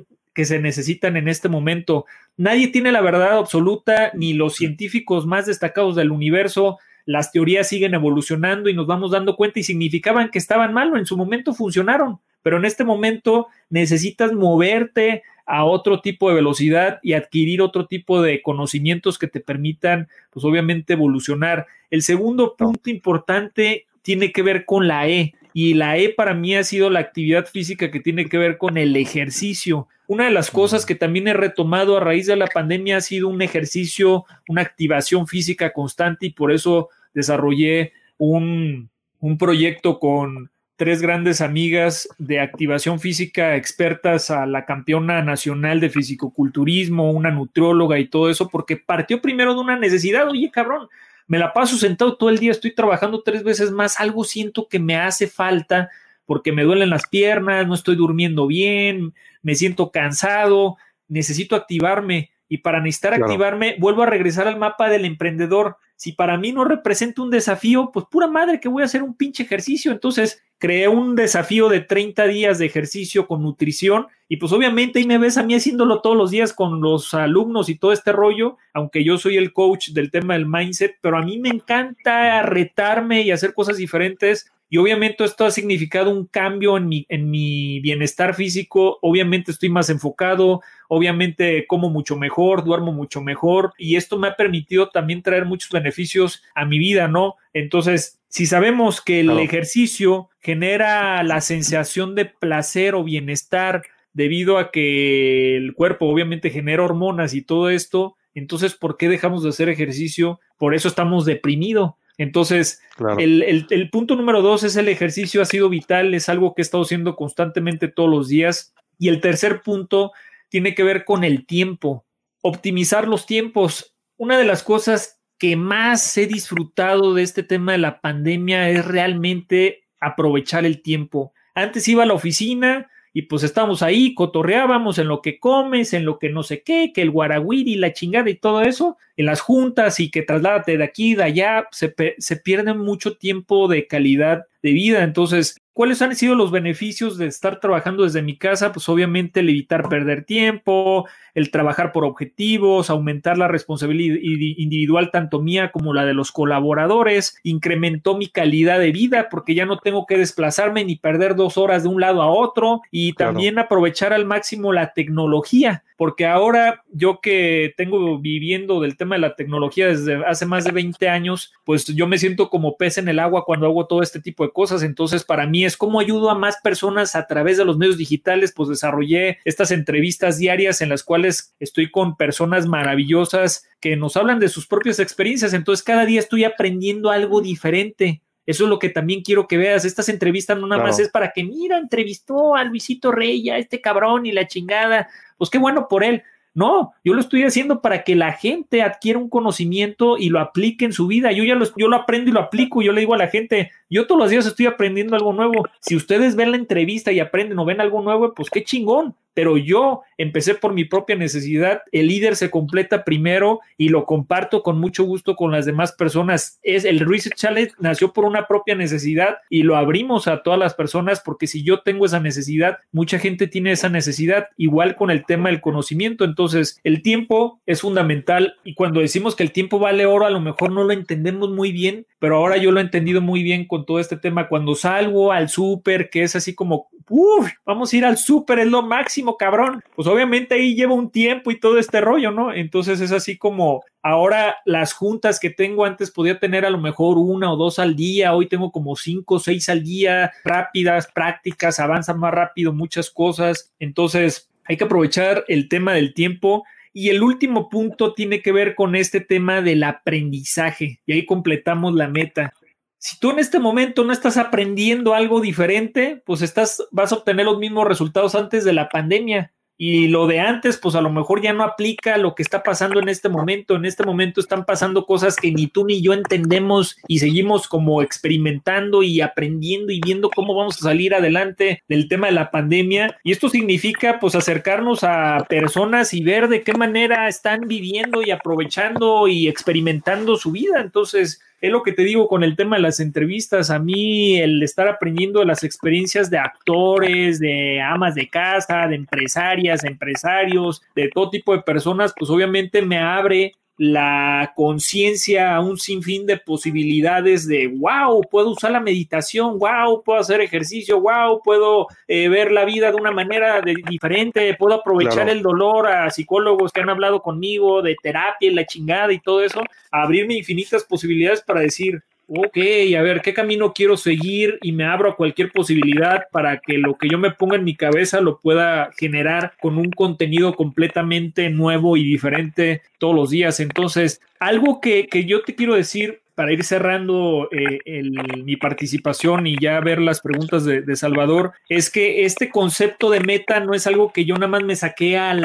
se necesitan en este momento. Nadie tiene la verdad absoluta, ni los científicos más destacados del universo. Las teorías siguen evolucionando y nos vamos dando cuenta, y significaban que estaban mal o en su momento funcionaron, pero en este momento necesitas moverte a otro tipo de velocidad y adquirir otro tipo de conocimientos que te permitan, pues obviamente, evolucionar. El segundo punto importante tiene que ver con la E, y la E para mí ha sido la actividad física, que tiene que ver con el ejercicio. Una de las cosas que también he retomado a raíz de la pandemia ha sido un ejercicio, una activación física constante, y por eso desarrollé un proyecto con 3 grandes amigas de activación física, expertas, a la campeona nacional de fisicoculturismo, una nutrióloga y todo eso, porque partió primero de una necesidad. Oye, cabrón, me la paso sentado todo el día, estoy trabajando 3 veces más, algo siento que me hace falta porque me duelen las piernas, no estoy durmiendo bien, me siento cansado, necesito activarme. Y para necesitar activarme, vuelvo a regresar al mapa del emprendedor. Si para mí no representa un desafío, pues pura madre que voy a hacer un pinche ejercicio. Entonces creé un desafío de 30 días de ejercicio con nutrición, y pues obviamente ahí me ves a mí haciéndolo todos los días con los alumnos y todo este rollo, aunque yo soy el coach del tema del mindset, pero a mí me encanta retarme y hacer cosas diferentes. Y obviamente esto ha significado un cambio en mi bienestar físico. Obviamente estoy más enfocado, obviamente como mucho mejor, duermo mucho mejor, y esto me ha permitido también traer muchos beneficios a mi vida, ¿no? Entonces, si sabemos que el ejercicio genera la sensación de placer o bienestar debido a que el cuerpo obviamente genera hormonas y todo esto, entonces, ¿por qué dejamos de hacer ejercicio? Por eso estamos deprimidos. Entonces, el punto número 2 es el ejercicio. Ha sido vital, es algo que he estado haciendo constantemente todos los días. Y el tercer punto tiene que ver con el tiempo, optimizar los tiempos. Una de las cosas que más he disfrutado de este tema de la pandemia es realmente aprovechar el tiempo. Antes iba a la oficina y pues estábamos ahí, cotorreábamos en lo que comes, en lo que no sé qué, que el guaraguiri, la chingada y todo eso, en las juntas, y que trasládate de aquí, de allá, se pierde mucho tiempo de calidad de vida. Entonces, ¿cuáles han sido los beneficios de estar trabajando desde mi casa? Pues obviamente el evitar perder tiempo, el trabajar por objetivos, aumentar la responsabilidad individual, tanto mía como la de los colaboradores, incrementó mi calidad de vida porque ya no tengo que desplazarme ni perder 2 horas de un lado a otro, y también aprovechar al máximo la tecnología, porque ahora yo que tengo viviendo del tema de la tecnología desde hace más de 20 años, pues yo me siento como pez en el agua cuando hago todo este tipo de cosas. Entonces, para mí es cómo ayudo a más personas a través de los medios digitales. Pues desarrollé estas entrevistas diarias en las cuales estoy con personas maravillosas que nos hablan de sus propias experiencias. Entonces, cada día estoy aprendiendo algo diferente. Eso es lo que también quiero que veas. Estas entrevistas no nada más es para que, mira, entrevistó a Luisito Rey, a este cabrón y la chingada. Pues qué bueno por él. No, yo lo estoy haciendo para que la gente adquiera un conocimiento y lo aplique en su vida. Yo lo aprendo y lo aplico. Yo le digo a la gente, Yo todos los días estoy aprendiendo algo nuevo. Si ustedes ven la entrevista y aprenden o ven algo nuevo, pues qué chingón. Pero yo empecé por mi propia necesidad. El líder se completa primero y lo comparto con mucho gusto con las demás personas. El Reset Challenge nació por una propia necesidad y lo abrimos a todas las personas, porque si yo tengo esa necesidad, mucha gente tiene esa necesidad, igual con el tema del conocimiento. Entonces, el tiempo es fundamental, y cuando decimos que el tiempo vale oro, a lo mejor no lo entendemos muy bien, pero ahora yo lo he entendido muy bien con todo este tema. Cuando salgo al súper, que es así como, vamos a ir al súper, es lo máximo, cabrón. Pues obviamente ahí lleva un tiempo y todo este rollo, ¿no? Entonces es así como ahora las juntas que tengo, antes podía tener a lo mejor 1 o 2 al día, hoy tengo como 5 o 6 al día, rápidas, prácticas, avanzan más rápido muchas cosas. Entonces hay que aprovechar el tema del tiempo. Y el último punto tiene que ver con este tema del aprendizaje, y ahí completamos la meta. Si tú en este momento no estás aprendiendo algo diferente, pues vas a obtener los mismos resultados antes de la pandemia. Y lo de antes, pues a lo mejor ya no aplica lo que está pasando en este momento. En este momento están pasando cosas que ni tú ni yo entendemos y seguimos como experimentando y aprendiendo y viendo cómo vamos a salir adelante del tema de la pandemia. Y esto significa pues acercarnos a personas y ver de qué manera están viviendo y aprovechando y experimentando su vida. Entonces, es lo que te digo con el tema de las entrevistas. A mí el estar aprendiendo de las experiencias de actores, de amas de casa, de empresarias, de empresarios, de todo tipo de personas, pues obviamente me abre la conciencia a un sinfín de posibilidades de wow, puedo usar la meditación, wow, puedo hacer ejercicio, wow, puedo ver la vida de una manera diferente, puedo aprovechar el dolor a psicólogos que han hablado conmigo de terapia y la chingada y todo eso, abrirme infinitas posibilidades para decir, ok, a ver, ¿qué camino quiero seguir? Y me abro a cualquier posibilidad para que lo que yo me ponga en mi cabeza lo pueda generar con un contenido completamente nuevo y diferente todos los días. Entonces, algo que yo te quiero decir para ir cerrando mi participación y ya ver las preguntas de Salvador, es que este concepto de meta no es algo que yo nada más me saqué al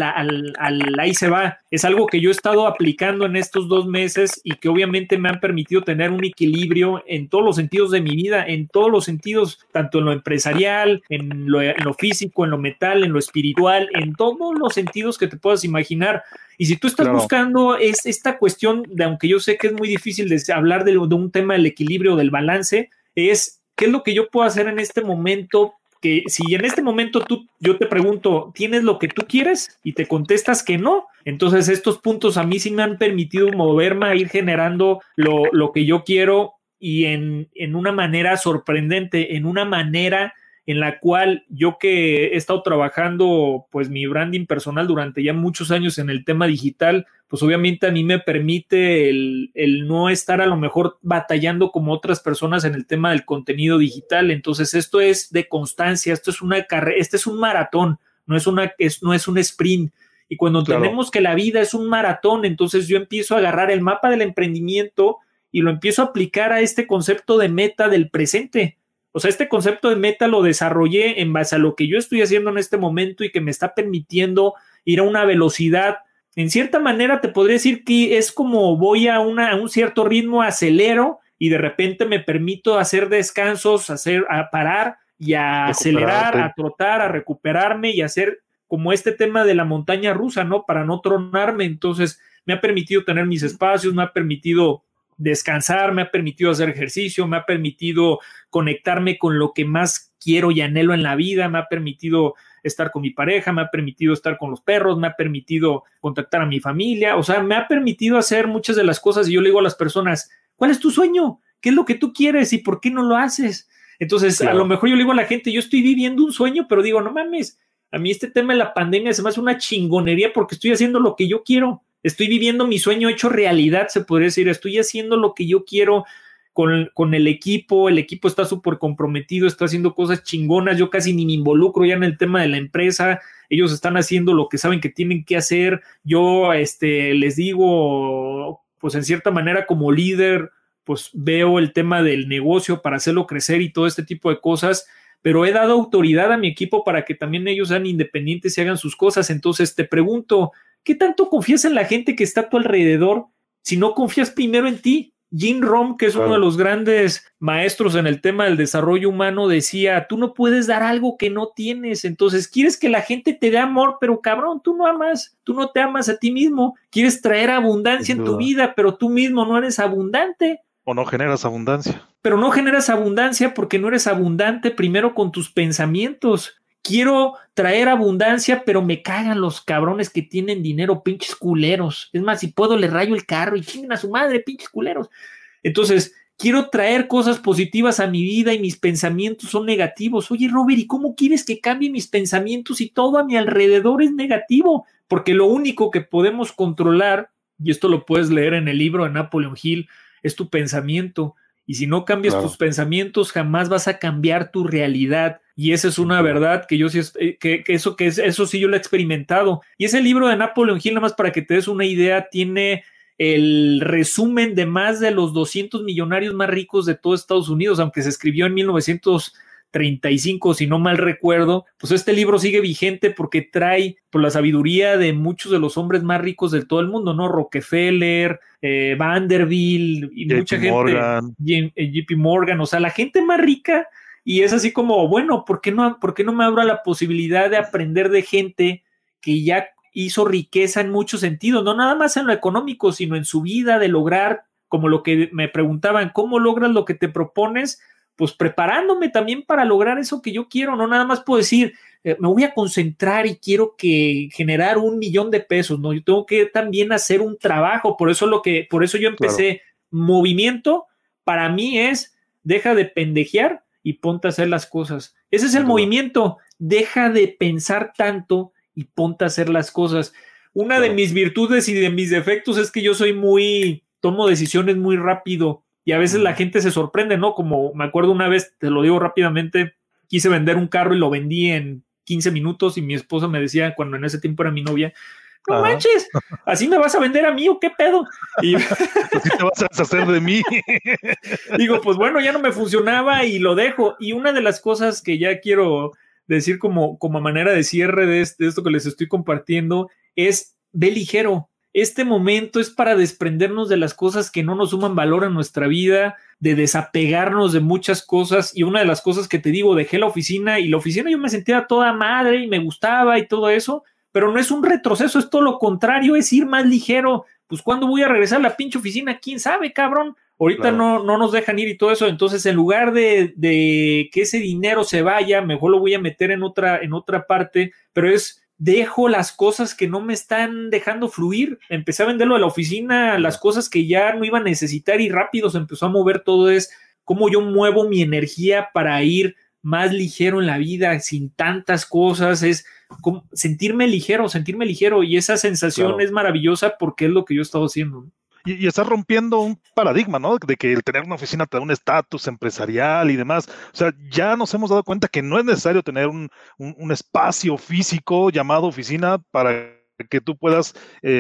ahí se va, es algo que yo he estado aplicando en estos 2 meses y que obviamente me han permitido tener un equilibrio en todos los sentidos de mi vida, en todos los sentidos, tanto en lo empresarial, en lo físico, en lo mental, en lo espiritual, en todos los sentidos que te puedas imaginar. Y si tú estás buscando esta cuestión de, aunque yo sé que es muy difícil de hablar de un tema del equilibrio, del balance, es qué es lo que yo puedo hacer en este momento, que si en este momento yo te pregunto, ¿tienes lo que tú quieres? Y te contestas que no, entonces estos puntos a mí sí me han permitido moverme a ir generando lo que yo quiero, y en una manera sorprendente, en una manera en la cual yo, que he estado trabajando pues mi branding personal durante ya muchos años en el tema digital, pues obviamente a mí me permite el no estar a lo mejor batallando como otras personas en el tema del contenido digital. Entonces esto es de constancia, esto es una carrera, este es un maratón, no es un sprint. Y cuando entendemos que la vida es un maratón, entonces yo empiezo a agarrar el mapa del emprendimiento y lo empiezo a aplicar a este concepto de meta del presente. O sea, este concepto de meta lo desarrollé en base a lo que yo estoy haciendo en este momento y que me está permitiendo ir a una velocidad. En cierta manera te podría decir que es como voy a un cierto ritmo, acelero y de repente me permito hacer descansos, a parar y a acelerar, a trotar, a recuperarme y hacer como este tema de la montaña rusa, ¿no? Para no tronarme. Entonces me ha permitido tener mis espacios, me ha permitido descansar, me ha permitido hacer ejercicio, me ha permitido conectarme con lo que más quiero y anhelo en la vida, me ha permitido estar con mi pareja, me ha permitido estar con los perros, me ha permitido contactar a mi familia, o sea, me ha permitido hacer muchas de las cosas. Y yo le digo a las personas, ¿cuál es tu sueño? ¿Qué es lo que tú quieres y por qué no lo haces? Entonces, a lo mejor yo le digo a la gente, yo estoy viviendo un sueño, pero digo, no mames, a mí este tema de la pandemia se me hace una chingonería porque estoy haciendo lo que yo quiero. Estoy viviendo mi sueño hecho realidad, se podría decir. Estoy haciendo lo que yo quiero con el equipo. El equipo está súper comprometido, está haciendo cosas chingonas. Yo casi ni me involucro ya en el tema de la empresa. Ellos están haciendo lo que saben que tienen que hacer. Yo les digo, pues en cierta manera como líder, pues veo el tema del negocio para hacerlo crecer y todo este tipo de cosas. Pero he dado autoridad a mi equipo para que también ellos sean independientes y hagan sus cosas. Entonces te pregunto, ¿qué tanto confías en la gente que está a tu alrededor si no confías primero en ti? Jim Rohn, que es uno de los grandes maestros en el tema del desarrollo humano, decía, tú no puedes dar algo que no tienes, entonces quieres que la gente te dé amor, pero cabrón, tú no te amas a ti mismo, quieres traer abundancia en tu vida, pero tú mismo no eres abundante. O no generas abundancia. Pero no generas abundancia porque no eres abundante primero con tus pensamientos. Quiero traer abundancia, pero me cagan los cabrones que tienen dinero, pinches culeros. Es más, si puedo le rayo el carro y chinguen a su madre, pinches culeros. Entonces, quiero traer cosas positivas a mi vida y mis pensamientos son negativos. Oye, Robert, ¿y cómo quieres que cambie mis pensamientos si todo a mi alrededor es negativo? Porque lo único que podemos controlar, y esto lo puedes leer en el libro de Napoleon Hill, es tu pensamiento. Y si no cambias tus pensamientos, jamás vas a cambiar tu realidad. Y esa es una verdad que yo sí, eso sí yo lo he experimentado. Y ese libro de Napoleon Hill, nada más para que te des una idea, tiene el resumen de más de los 200 millonarios más ricos de todo Estados Unidos, aunque se escribió en 1935, si no mal recuerdo. Pues este libro sigue vigente porque trae la sabiduría de muchos de los hombres más ricos de todo el mundo, ¿no? Rockefeller, Vanderbilt y mucha gente, JP Morgan, o sea, la gente más rica. Y es así como, bueno, ¿por qué no me abro a la posibilidad de aprender de gente que ya hizo riqueza en muchos sentidos, no nada más en lo económico, sino en su vida, de lograr, como lo que me preguntaban, ¿cómo logras lo que te propones? Pues preparándome también para lograr eso que yo quiero, no nada más puedo decir, me voy a concentrar y quiero generar $1,000,000, ¿no? Yo tengo que también hacer un trabajo, por eso yo empecé movimiento, para mí es, deja de pendejear y ponte a hacer las cosas. Ese es el movimiento, deja de pensar tanto y ponte a hacer las cosas. Una de mis virtudes y de mis defectos es que yo tomo decisiones muy rápido y a veces la gente se sorprende, ¿no? Como me acuerdo una vez, te lo digo rápidamente, quise vender un carro y lo vendí en 15 minutos y mi esposa me decía, cuando en ese tiempo era mi novia, no manches, ¿así me vas a vender a mí o qué pedo? Y así te vas a deshacer de mí. Digo, pues bueno, ya no me funcionaba y lo dejo. Y una de las cosas que ya quiero decir como manera de cierre de esto que les estoy compartiendo es, ve ligero. Este momento es para desprendernos de las cosas que no nos suman valor en nuestra vida, de desapegarnos de muchas cosas. Y una de las cosas que te digo, dejé la oficina y la oficina yo me sentía toda madre y me gustaba y todo eso, pero no es un retroceso, es todo lo contrario, es ir más ligero. Pues ¿cuándo voy a regresar a la pinche oficina? ¿Quién sabe, cabrón? Ahorita no nos dejan ir y todo eso. Entonces, en lugar de que ese dinero se vaya, mejor lo voy a meter en otra parte, pero dejo las cosas que no me están dejando fluir. Empecé a venderlo de la oficina, las cosas que ya no iba a necesitar y rápido se empezó a mover todo. Es cómo yo muevo mi energía para ir más ligero en la vida, sin tantas cosas, es como sentirme ligero, y esa sensación es maravillosa porque es lo que yo he estado haciendo, ¿no? Y estás rompiendo un paradigma, ¿no? De que el tener una oficina te da un estatus empresarial y demás. O sea, ya nos hemos dado cuenta que no es necesario tener un espacio físico llamado oficina para que tú puedas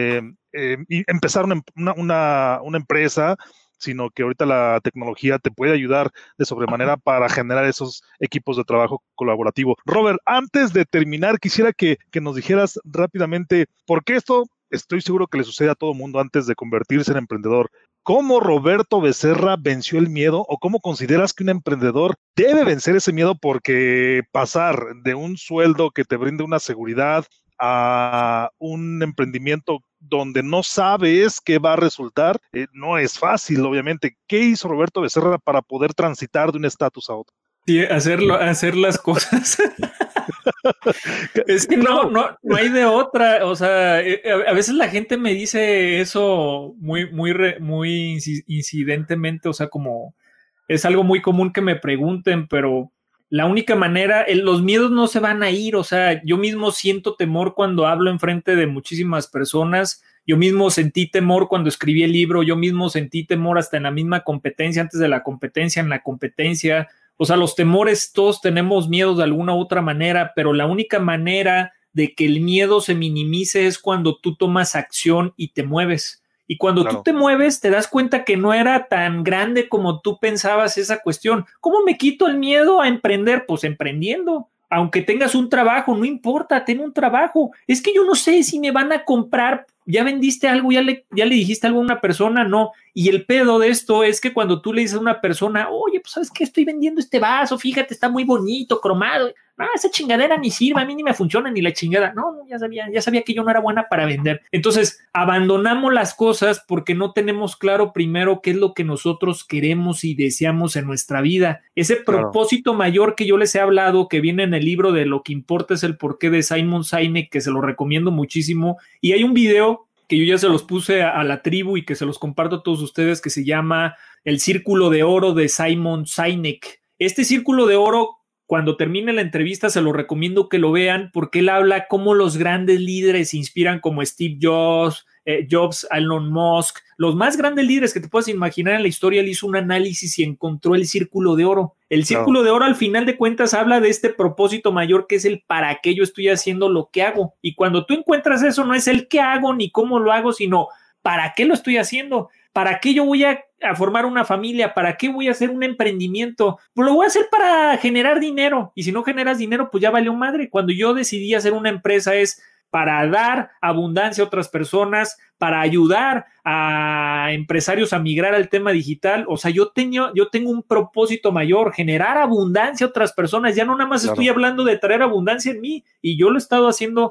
empezar una empresa, sino que ahorita la tecnología te puede ayudar de sobremanera para generar esos equipos de trabajo colaborativo. Robert, antes de terminar, quisiera que nos dijeras rápidamente, porque esto estoy seguro que le sucede a todo mundo antes de convertirse en emprendedor. ¿Cómo Roberto Becerra venció el miedo o cómo consideras que un emprendedor debe vencer ese miedo? Porque pasar de un sueldo que te brinde una seguridad a un emprendimiento donde no sabes qué va a resultar, no es fácil, obviamente. ¿Qué hizo Roberto Becerra para poder transitar de un estatus a otro? Sí, hacer las cosas. Es que no hay de otra. O sea, a veces la gente me dice eso muy incidentemente, o sea, como es algo muy común que me pregunten, pero la única manera, los miedos no se van a ir. O sea, yo mismo siento temor cuando hablo enfrente de muchísimas personas. Yo mismo sentí temor cuando escribí el libro. Yo mismo sentí temor hasta en la misma competencia, antes de la competencia, en la competencia. O sea, los temores, todos tenemos miedo de alguna u otra manera, pero la única manera de que el miedo se minimice es cuando tú tomas acción y te mueves. Y cuando tú te mueves, te das cuenta que no era tan grande como tú pensabas esa cuestión. ¿Cómo me quito el miedo a emprender? Pues emprendiendo. Aunque tengas un trabajo, no importa, ten un trabajo. Es que yo no sé si me van a comprar, ya vendiste algo, ya le dijiste algo a una persona, no. Y el pedo de esto es que cuando tú le dices a una persona, oye, pues sabes que estoy vendiendo este vaso, fíjate, está muy bonito, cromado. No, esa chingadera ni sirve, a mí ni me funciona ni la chingada. No, ya sabía que yo no era buena para vender. Entonces, abandonamos las cosas porque no tenemos claro primero qué es lo que nosotros queremos y deseamos en nuestra vida. Ese propósito mayor que yo les he hablado, que viene en el libro de Lo que importa es el porqué de Simon Sinek, que se lo recomiendo muchísimo. Y hay un video que yo ya se los puse a la tribu y que se los comparto a todos ustedes, que se llama El Círculo de Oro de Simon Sinek. Este Círculo de Oro, cuando termine la entrevista, se lo recomiendo que lo vean, porque él habla cómo los grandes líderes se inspiran, como Steve Jobs, Elon Musk, los más grandes líderes que te puedas imaginar en la historia. Él hizo un análisis y encontró el Círculo de Oro. El Círculo de Oro, al final de cuentas, habla de este propósito mayor, que es el para qué yo estoy haciendo lo que hago. Y cuando tú encuentras eso, no es el qué hago ni cómo lo hago, sino para qué lo estoy haciendo. ¿Para qué yo voy a formar una familia? ¿Para qué voy a hacer un emprendimiento? Pues lo voy a hacer para generar dinero. Y si no generas dinero, pues ya valió madre. Cuando yo decidí hacer una empresa es para dar abundancia a otras personas, para ayudar a empresarios a migrar al tema digital. O sea, yo tengo un propósito mayor, generar abundancia a otras personas. Ya no nada más estoy hablando de traer abundancia en mí, y yo lo he estado haciendo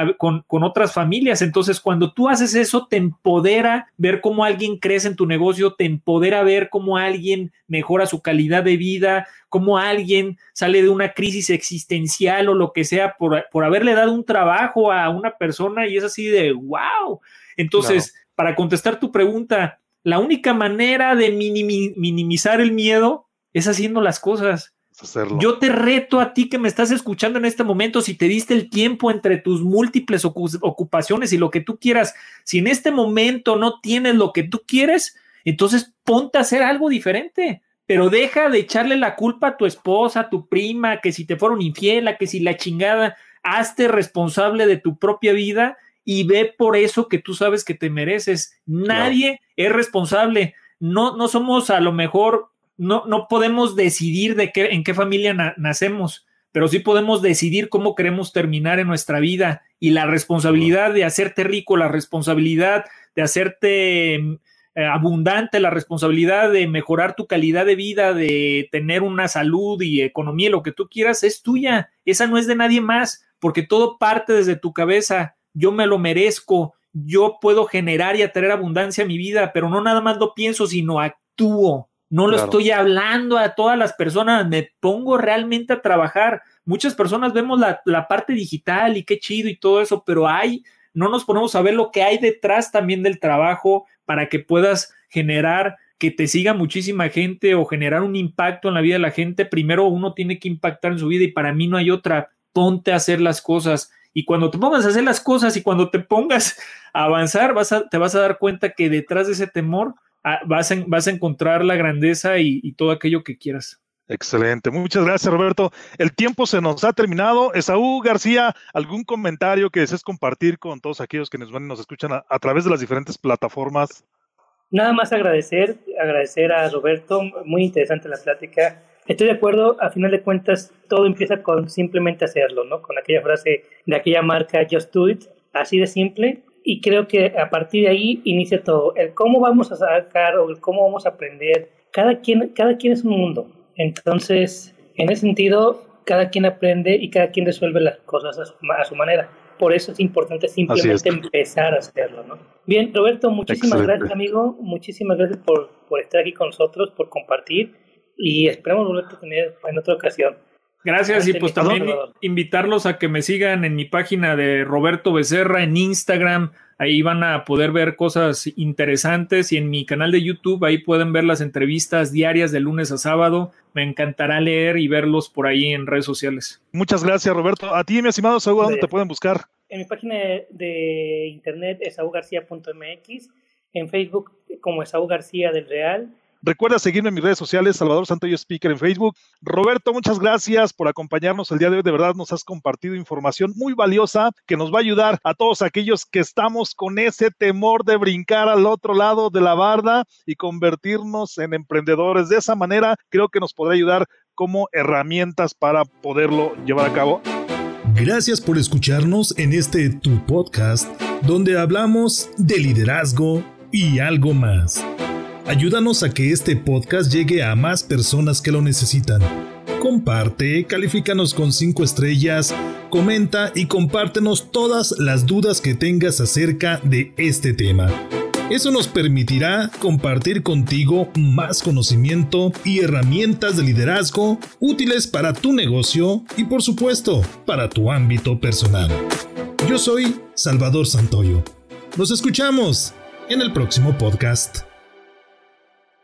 con otras familias. Entonces, cuando tú haces eso, te empodera ver cómo alguien crece en tu negocio, te empodera ver cómo alguien mejora su calidad de vida, cómo alguien sale de una crisis existencial o lo que sea por haberle dado un trabajo a una persona, y es así de wow. Entonces, para contestar tu pregunta, la única manera de minimizar el miedo es haciendo las cosas. Hacerlo. Yo te reto a ti que me estás escuchando en este momento, si te diste el tiempo entre tus múltiples ocupaciones y lo que tú quieras, si en este momento no tienes lo que tú quieres, entonces ponte a hacer algo diferente. Pero deja de echarle la culpa a tu esposa, a tu prima, que si te fueron infiel, a que si la chingada. Hazte responsable de tu propia vida y ve por eso que tú sabes que te mereces. Nadie es responsable. No somos, a lo mejor, no podemos decidir en qué familia nacemos, pero sí podemos decidir cómo queremos terminar en nuestra vida. Y la responsabilidad de hacerte rico, la responsabilidad de hacerte abundante, la responsabilidad de mejorar tu calidad de vida, de tener una salud y economía, lo que tú quieras, es tuya. Esa no es de nadie más, porque todo parte desde tu cabeza. Yo me lo merezco, yo puedo generar y atraer abundancia a mi vida, pero no nada más lo pienso, sino actúo. No lo estoy hablando a todas las personas, me pongo realmente a trabajar. Muchas personas vemos la parte digital y qué chido y todo eso, pero no nos ponemos a ver lo que hay detrás también del trabajo para que puedas generar que te siga muchísima gente o generar un impacto en la vida de la gente. Primero uno tiene que impactar en su vida, y para mí no hay otra. Ponte a hacer las cosas. Y cuando te pongas a hacer las cosas y cuando te pongas a avanzar, te vas a dar cuenta que detrás de ese temor vas a encontrar la grandeza y todo aquello que quieras. Excelente, muchas gracias, Roberto. El tiempo se nos ha terminado. Esaú García, ¿algún comentario que desees compartir con todos aquellos que nos escuchan a través de las diferentes plataformas? Nada más agradecer a Roberto, muy interesante la plática. Estoy de acuerdo, a final de cuentas todo empieza con simplemente hacerlo, ¿no? Con aquella frase de aquella marca Just Do It, así de simple, y creo que a partir de ahí inicia todo. El cómo vamos a sacar o el cómo vamos a aprender, cada quien es un mundo. Entonces, en ese sentido, cada quien aprende y cada quien resuelve las cosas a su manera. Por eso es importante simplemente empezar a hacerlo, ¿no? Bien, Roberto, muchísimas gracias, amigo. Muchísimas gracias por estar aquí con nosotros, por compartir, y esperamos volverte a tener en otra ocasión. Gracias, y pues también invitarlos a que me sigan en mi página de Roberto Becerra en Instagram. Ahí van a poder ver cosas interesantes, y en mi canal de YouTube ahí pueden ver las entrevistas diarias de lunes a sábado. Me encantará leer y verlos por ahí en redes sociales. Muchas gracias, Roberto. A ti, mi estimado Esaú, ¿dónde te pueden buscar? En mi página de internet, esaugarcia.mx, en Facebook como Esaú García del Real. Recuerda seguirme en mis redes sociales, Salvador Santoyo Speaker en Facebook. Roberto, muchas gracias por acompañarnos el día de hoy. De verdad nos has compartido información muy valiosa que nos va a ayudar a todos aquellos que estamos con ese temor de brincar al otro lado de la barda y convertirnos en emprendedores. De esa manera creo que nos podrá ayudar como herramientas para poderlo llevar a cabo. Gracias por escucharnos en este Tu Podcast, donde hablamos de liderazgo y algo más. Ayúdanos a que este podcast llegue a más personas que lo necesitan. Comparte, califícanos con 5 estrellas, comenta y compártenos todas las dudas que tengas acerca de este tema. Eso nos permitirá compartir contigo más conocimiento y herramientas de liderazgo útiles para tu negocio y, por supuesto, para tu ámbito personal. Yo soy Salvador Santoyo. Nos escuchamos en el próximo podcast.